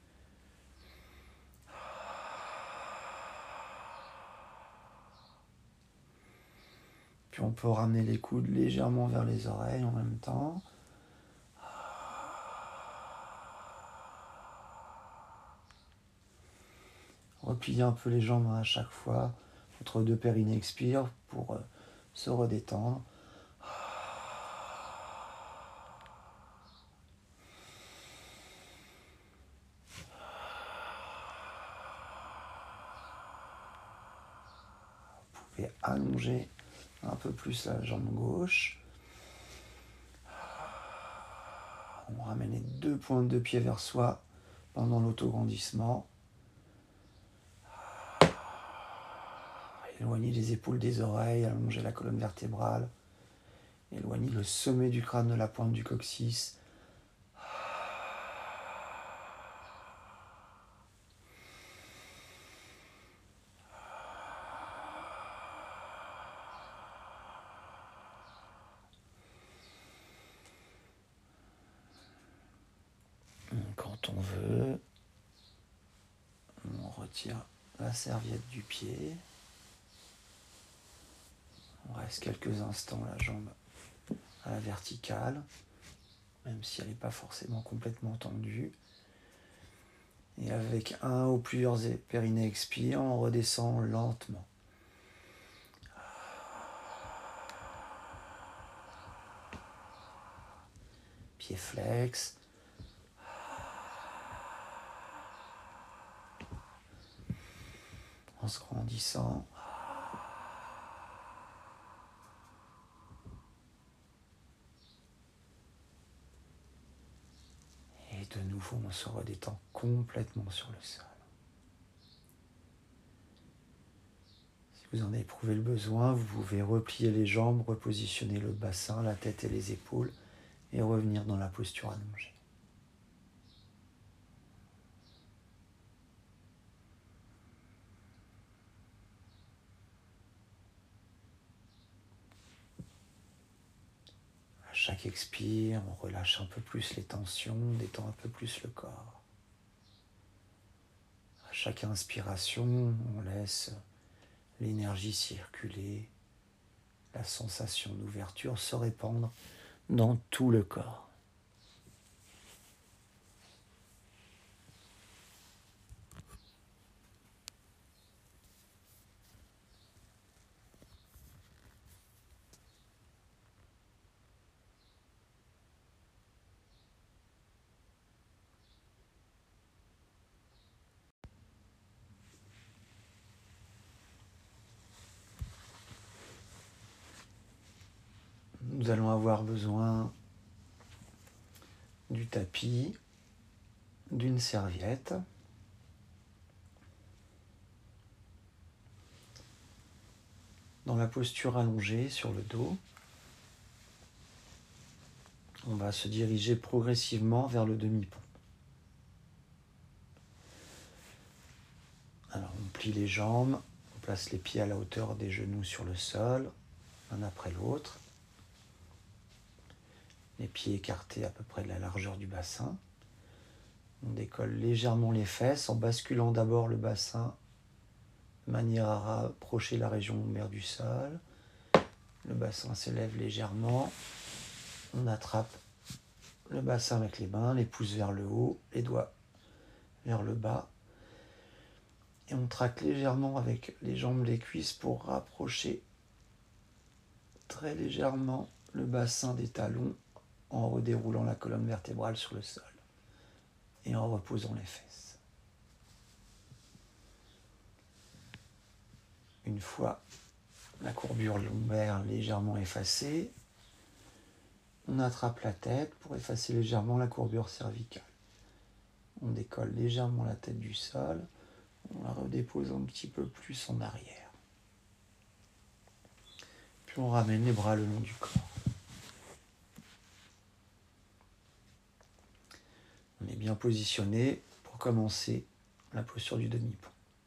A: Puis on peut ramener les coudes légèrement vers les oreilles en même temps. Repliez un peu les jambes à chaque fois. Entre deux périnées expire pour se redétendre. Vous pouvez allonger un peu plus la jambe gauche. On ramène les deux pointes de pied vers soi pendant l'autograndissement. Éloignez les épaules des oreilles, allongez la colonne vertébrale. Éloignez le sommet du crâne de la pointe du coccyx. Quand on veut, on retire la serviette du pied. On reste quelques instants la jambe à la verticale, même si elle n'est pas forcément complètement tendue. Et avec un ou plusieurs périnées expire, on redescend lentement. Pied flex. En se grandissant. Et de nouveau, on se redétend complètement sur le sol. Si vous en éprouvez le besoin, vous pouvez replier les jambes, repositionner le bassin, la tête et les épaules et revenir dans la posture allongée. À chaque expire, on relâche un peu plus les tensions, on détend un peu plus le corps. À chaque inspiration, on laisse l'énergie circuler, la sensation d'ouverture se répandre dans tout le corps. Nous allons avoir besoin du tapis, d'une serviette. Dans la posture allongée sur le dos, on va se diriger progressivement vers le demi-pont. Alors on plie les jambes, on place les pieds à la hauteur des genoux sur le sol, l'un après l'autre. Les pieds écartés à peu près de la largeur du bassin. On décolle légèrement les fesses en basculant d'abord le bassin de manière à rapprocher la région lombaire du sol. Le bassin s'élève légèrement. On attrape le bassin avec les mains, les pouces vers le haut, les doigts vers le bas. Et on traque légèrement avec les jambes, les cuisses pour rapprocher très légèrement le bassin des talons en redéroulant la colonne vertébrale sur le sol et en reposant les fesses. Une fois la courbure lombaire légèrement effacée, on attrape la tête pour effacer légèrement la courbure cervicale. On décolle légèrement la tête du sol, on la redépose un petit peu plus en arrière. Puis on ramène les bras le long du corps. On est bien positionné pour commencer la posture du demi-pont.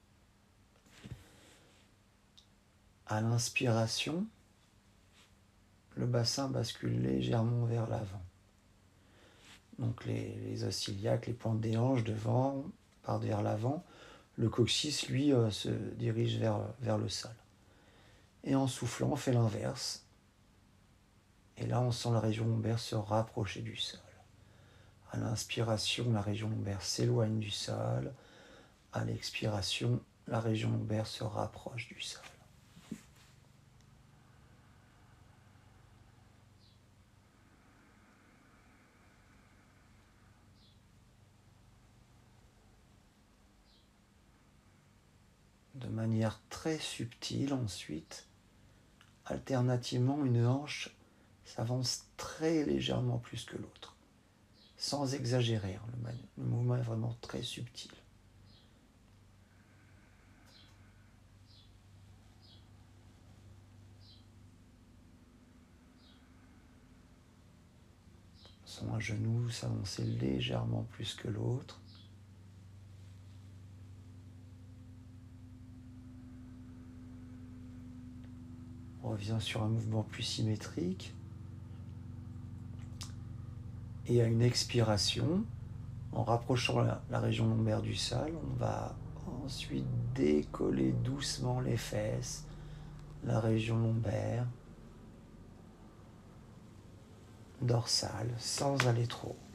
A: À l'inspiration, le bassin bascule légèrement vers l'avant. Donc les os iliaques, les pointes des hanches devant, partent vers l'avant. Le coccyx, lui, se dirige vers le sol. Et en soufflant, on fait l'inverse. Et là, on sent la région lombaire se rapprocher du sol. À l'inspiration, la région lombaire s'éloigne du sol. À l'expiration, la région lombaire se rapproche du sol. De manière très subtile, ensuite, alternativement, une hanche s'avance très légèrement plus que l'autre, sans exagérer. Le mouvement est vraiment très subtil. On sent un genou s'avancer légèrement plus que l'autre. On revient sur un mouvement plus symétrique. Et à une expiration, en rapprochant la région lombaire du sol, on va ensuite décoller doucement les fesses, la région lombaire, dorsale, sans aller trop haut.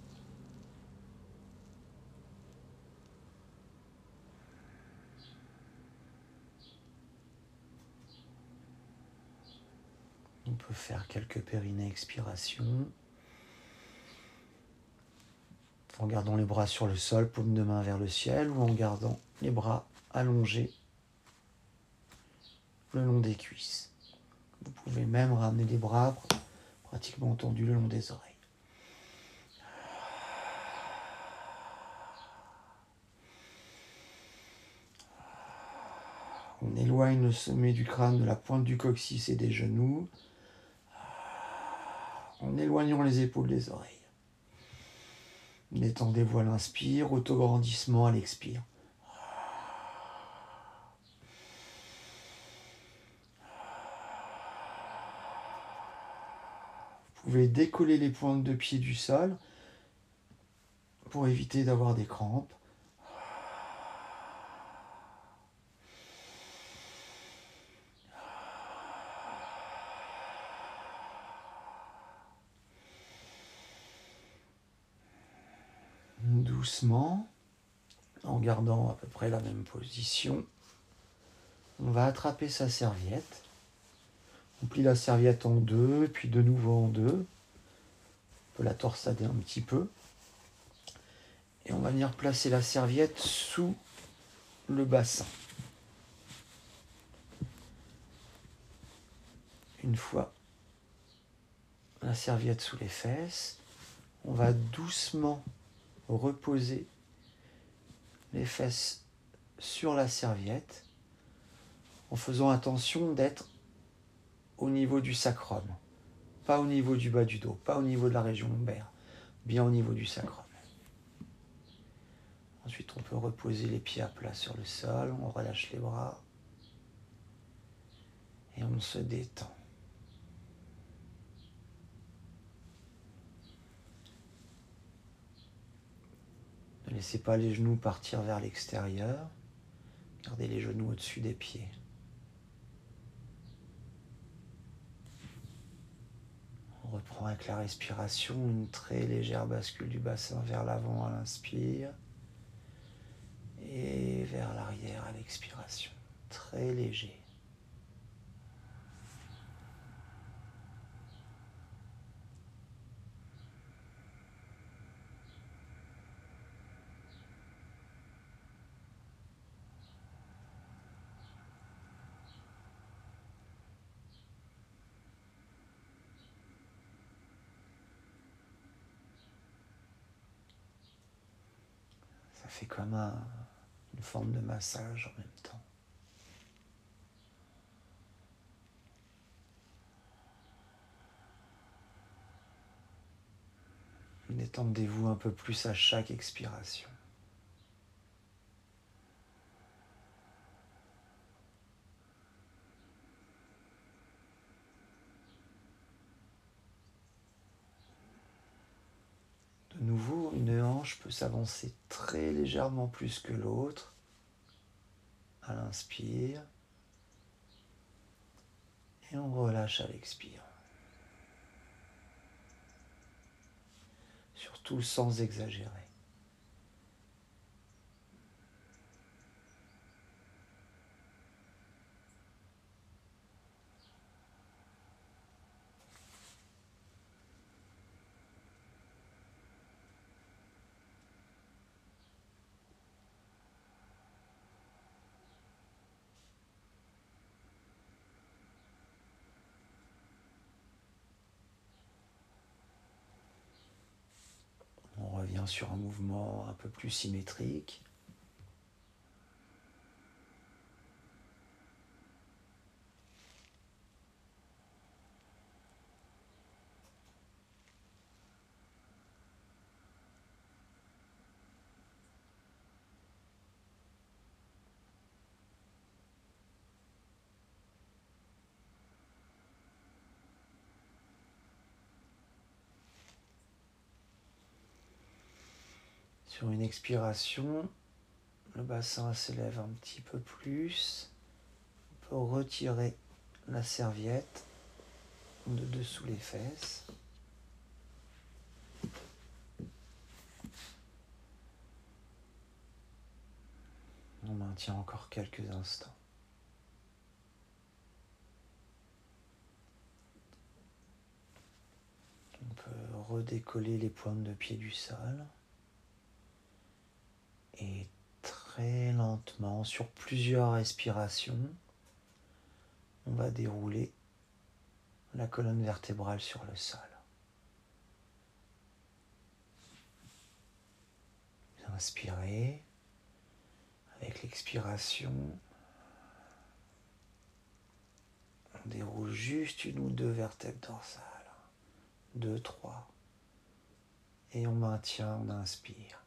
A: On peut faire quelques périnées-expirations en gardant les bras sur le sol, paume de main vers le ciel, ou en gardant les bras allongés le long des cuisses. Vous pouvez même ramener les bras pratiquement tendus le long des oreilles. On éloigne le sommet du crâne de la pointe du coccyx et des genoux, en éloignant les épaules des oreilles. Détendez-vous à l'inspire, autograndissement à l'expire. Vous pouvez décoller les pointes de pied du sol pour éviter d'avoir des crampes. Doucement, en gardant à peu près la même position, on va attraper sa serviette. On plie la serviette en deux, puis de nouveau en deux. On peut la torsader un petit peu. Et on va venir placer la serviette sous le bassin. Une fois la serviette sous les fesses, on va doucement reposer les fesses sur la serviette en faisant attention d'être au niveau du sacrum, pas au niveau du bas du dos, pas au niveau de la région lombaire, bien au niveau du sacrum. Ensuite, on peut reposer les pieds à plat sur le sol, on relâche les bras et on se détend. Ne laissez pas les genoux partir vers l'extérieur. Gardez les genoux au-dessus des pieds. reprend avec la respiration une très légère bascule du bassin vers l'avant à l'inspire et vers l'arrière à l'expiration. Très léger. Ça fait comme une forme de massage en même temps. Détendez-vous un peu plus à chaque expiration. De nouveau, une hanche peut s'avancer très légèrement plus que l'autre à l'inspire et on relâche à l'expire. Surtout sans exagérer. On revient sur un mouvement un peu plus symétrique. Sur une expiration, le bassin s'élève un petit peu plus. On peut retirer la serviette de dessous les fesses. On maintient encore quelques instants. On peut redécoller les pointes de pied du sol. Et très lentement, sur plusieurs respirations, on va dérouler la colonne vertébrale sur le sol. Inspirez. Avec l'expiration, on déroule juste une ou deux vertèbres dorsales. 2, 3. Et on maintient, on inspire.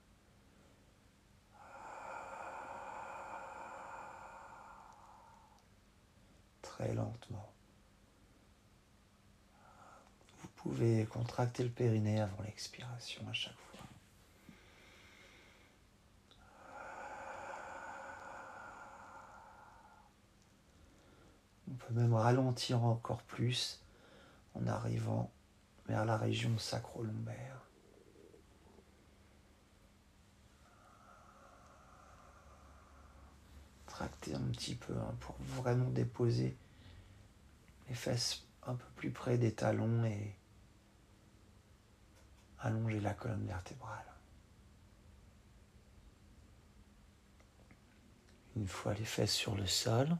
A: Très lentement. Vous pouvez contracter le périnée avant l'expiration à chaque fois. On peut même ralentir encore plus en arrivant vers la région sacro-lombaire. Tractez un petit peu pour vraiment déposer les fesses un peu plus près des talons et allonger la colonne vertébrale. Une fois les fesses sur le sol,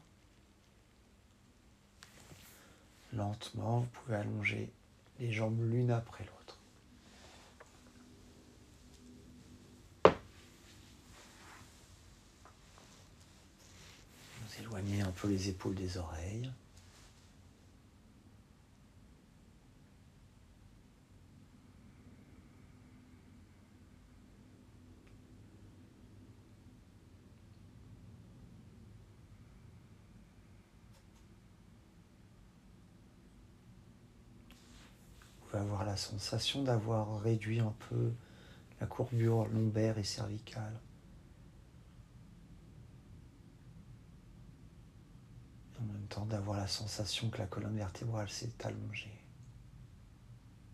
A: lentement, vous pouvez allonger les jambes l'une après l'autre. Vous éloignez un peu les épaules des oreilles. Vous pouvez avoir la sensation d'avoir réduit un peu la courbure lombaire et cervicale. En même temps d'avoir la sensation que la colonne vertébrale s'est allongée.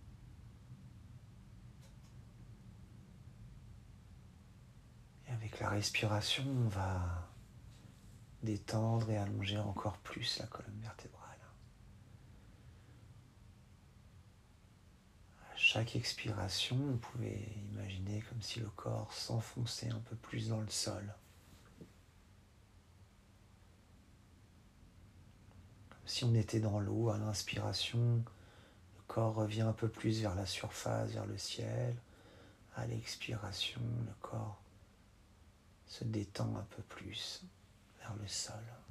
B: Avec la respiration, on va détendre et allonger encore plus la colonne vertébrale. À chaque expiration, vous pouvez imaginer comme si le corps s'enfonçait un peu plus dans le sol. Comme si on était dans l'eau. À l'inspiration, le corps revient un peu plus vers la surface, vers le ciel. À l'expiration, le corps se détend un peu plus vers le sol.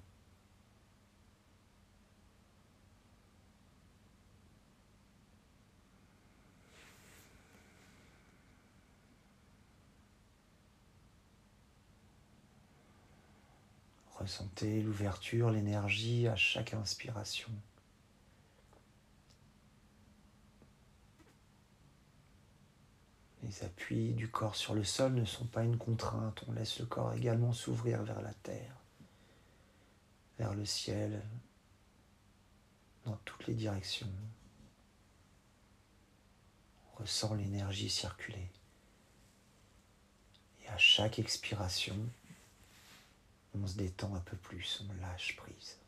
B: Ressentez l'ouverture, l'énergie à chaque inspiration. Les appuis du corps sur le sol ne sont pas une contrainte. On laisse le corps également s'ouvrir vers la terre, vers le ciel, dans toutes les directions. On ressent l'énergie circuler. Et à chaque expiration, on se détend un peu plus, on lâche prise.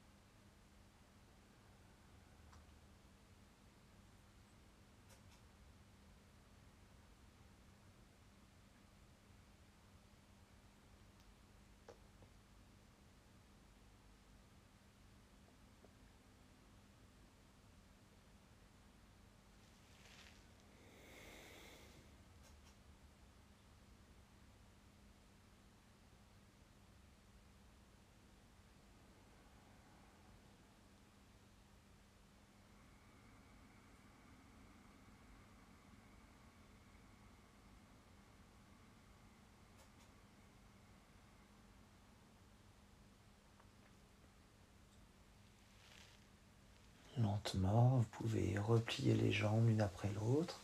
B: Lentement, vous pouvez replier les jambes l'une après l'autre.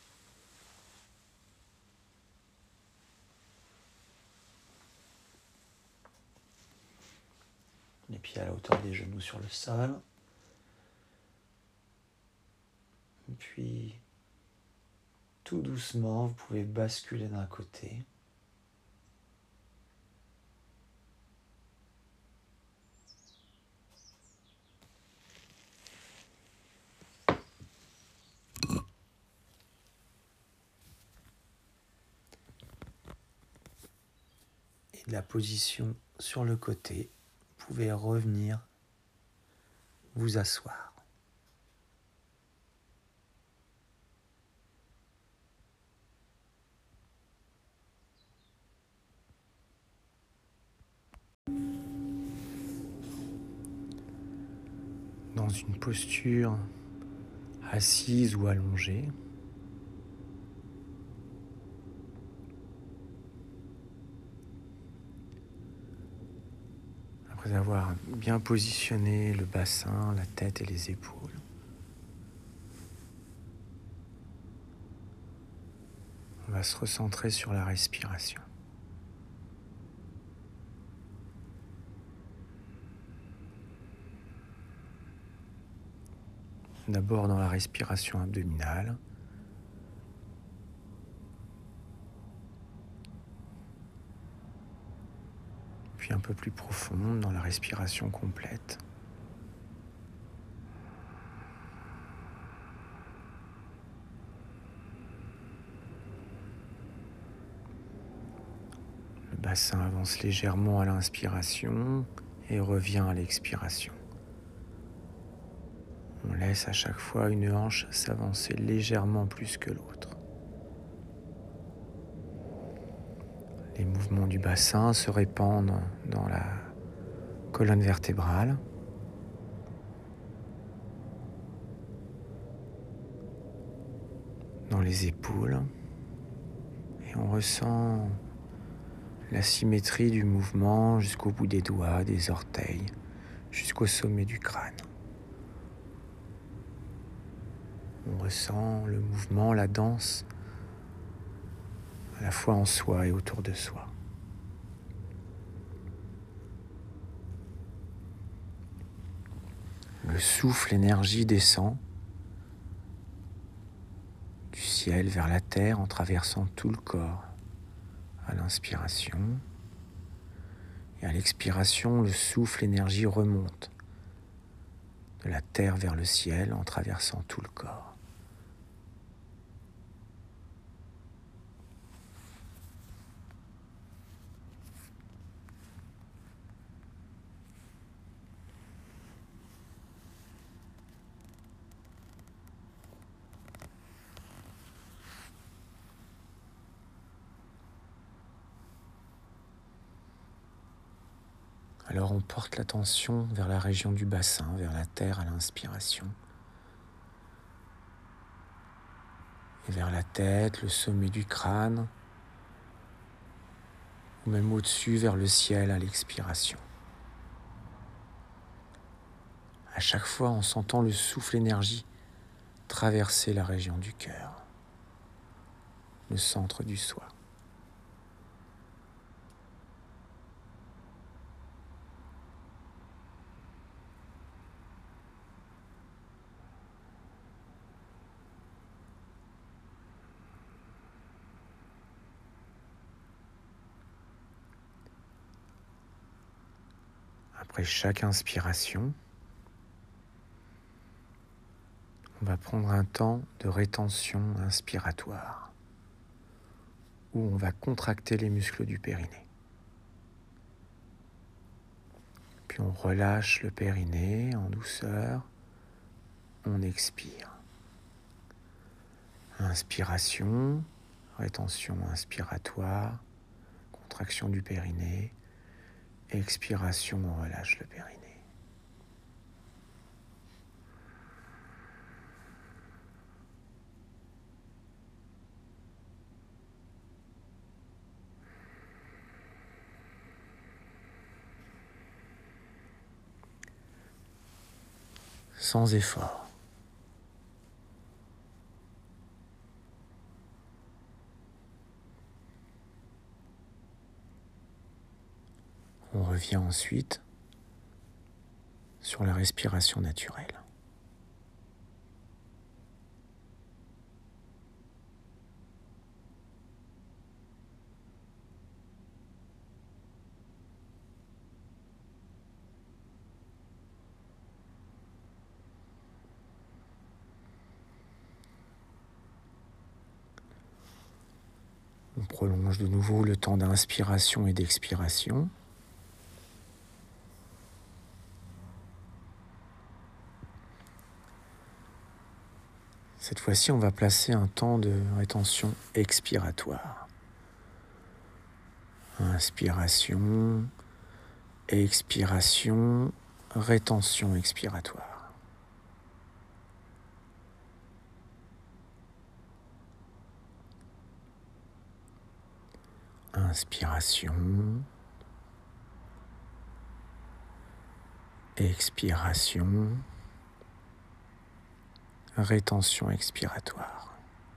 B: Les pieds à la hauteur des genoux sur le sol. Et puis, tout doucement, vous pouvez basculer d'un côté. Et de la position sur le côté, vous pouvez revenir vous asseoir. Dans une posture assise ou allongée. Après avoir bien positionné le bassin, la tête et les épaules, on va se recentrer sur la respiration. D'abord dans la respiration abdominale. Puis un peu plus profonde dans la respiration complète. Le bassin avance légèrement à l'inspiration et revient à l'expiration. On laisse à chaque fois une hanche s'avancer légèrement plus que l'autre. Les mouvements du bassin se répandent dans la colonne vertébrale. Dans les épaules. Et on ressent la symétrie du mouvement jusqu'au bout des doigts, des orteils, jusqu'au sommet du crâne. On ressent le mouvement, la danse, à la fois en soi et autour de soi. Le souffle, l'énergie descend du ciel vers la terre en traversant tout le corps,
A: à l'inspiration. Et à l'expiration, le souffle, l'énergie remonte de la terre vers le ciel en traversant tout le corps. Alors on porte l'attention vers la région du bassin, vers la terre à l'inspiration. Et vers la tête, le sommet du crâne, ou même au-dessus vers le ciel à l'expiration. À chaque fois en sentant le souffle énergie traverser la région du cœur, le centre du soi. Après chaque inspiration, on va prendre un temps de rétention inspiratoire où on va contracter les muscles du périnée. Puis on relâche le périnée en douceur, on expire. Inspiration, rétention inspiratoire, contraction du périnée, expiration, on relâche le périnée. Sans effort. On revient ensuite sur la respiration naturelle. On prolonge de nouveau le temps d'inspiration et d'expiration. Cette fois-ci, on va placer un temps de rétention expiratoire. Inspiration, expiration, rétention expiratoire. Inspiration, expiration, rétention expiratoire.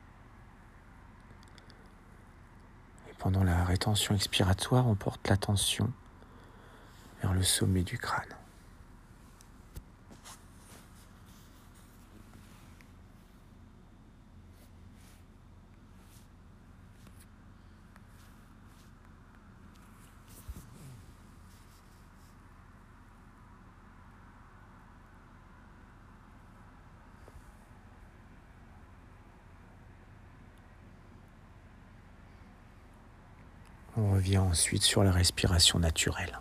A: Et pendant la rétention expiratoire, on porte l'attention vers le sommet du crâne. On revient ensuite sur la respiration naturelle.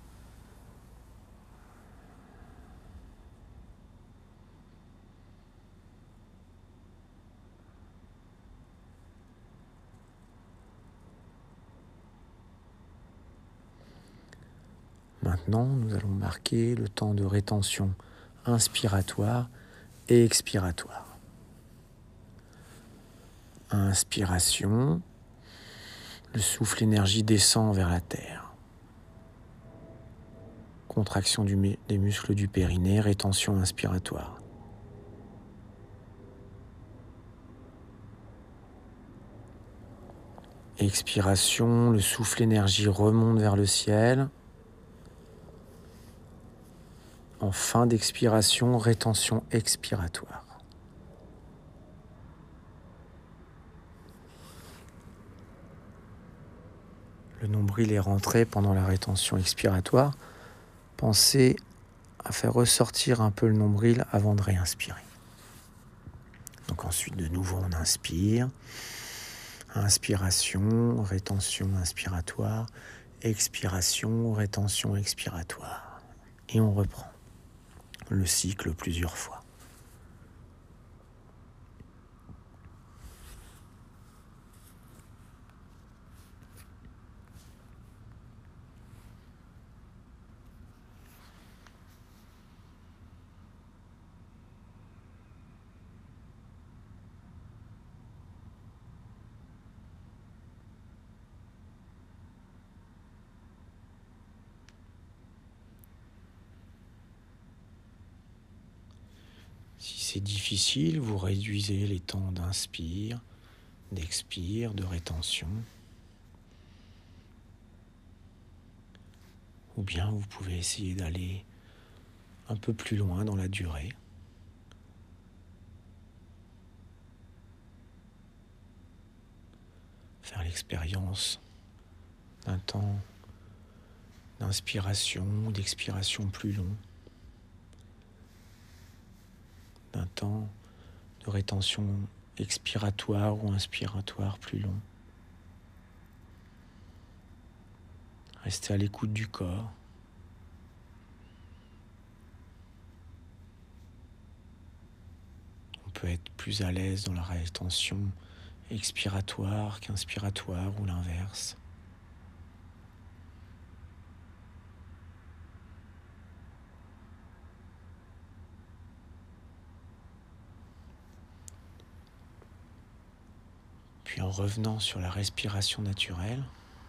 A: Maintenant, nous allons marquer le temps de rétention inspiratoire et expiratoire. Inspiration, le souffle énergie descend vers la terre. Contraction des muscles du périnée, rétention inspiratoire. Expiration, le souffle énergie remonte vers le ciel. En fin d'expiration, rétention expiratoire. le nombril est rentré pendant la rétention expiratoire, pensez à faire ressortir un peu le nombril avant de réinspirer. Donc ensuite, de nouveau, on inspire. Inspiration, rétention inspiratoire, expiration, rétention expiratoire. Et on reprend le cycle plusieurs fois. Si c'est difficile, vous réduisez les temps d'inspire, d'expire, de rétention. Ou bien vous pouvez essayer d'aller un peu plus loin dans la durée. Faire l'expérience d'un temps d'inspiration ou d'expiration plus long, d'un temps de rétention expiratoire ou inspiratoire plus long. Restez à l'écoute du corps. On peut être plus à l'aise dans la rétention expiratoire qu'inspiratoire ou l'inverse. Puis en revenant sur la respiration naturelle,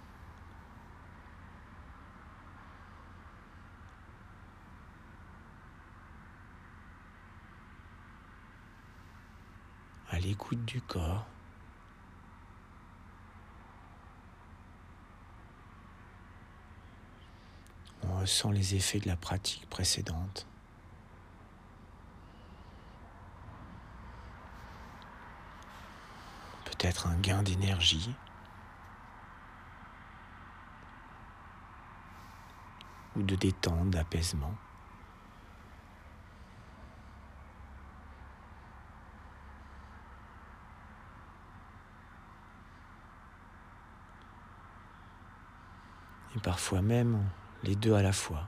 A: à l'écoute du corps, on ressent les effets de la pratique précédente. Peut-être un gain d'énergie, ou de détente, d'apaisement. Et parfois même les deux à la fois.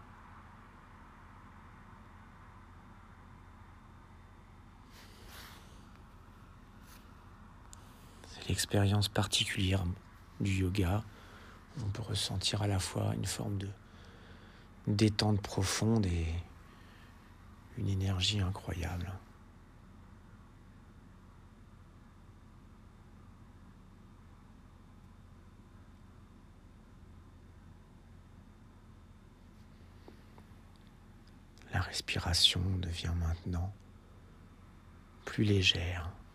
A: C'est l'expérience particulière du yoga. On peut ressentir à la fois une forme de détente profonde et une énergie incroyable. La respiration devient maintenant plus légère,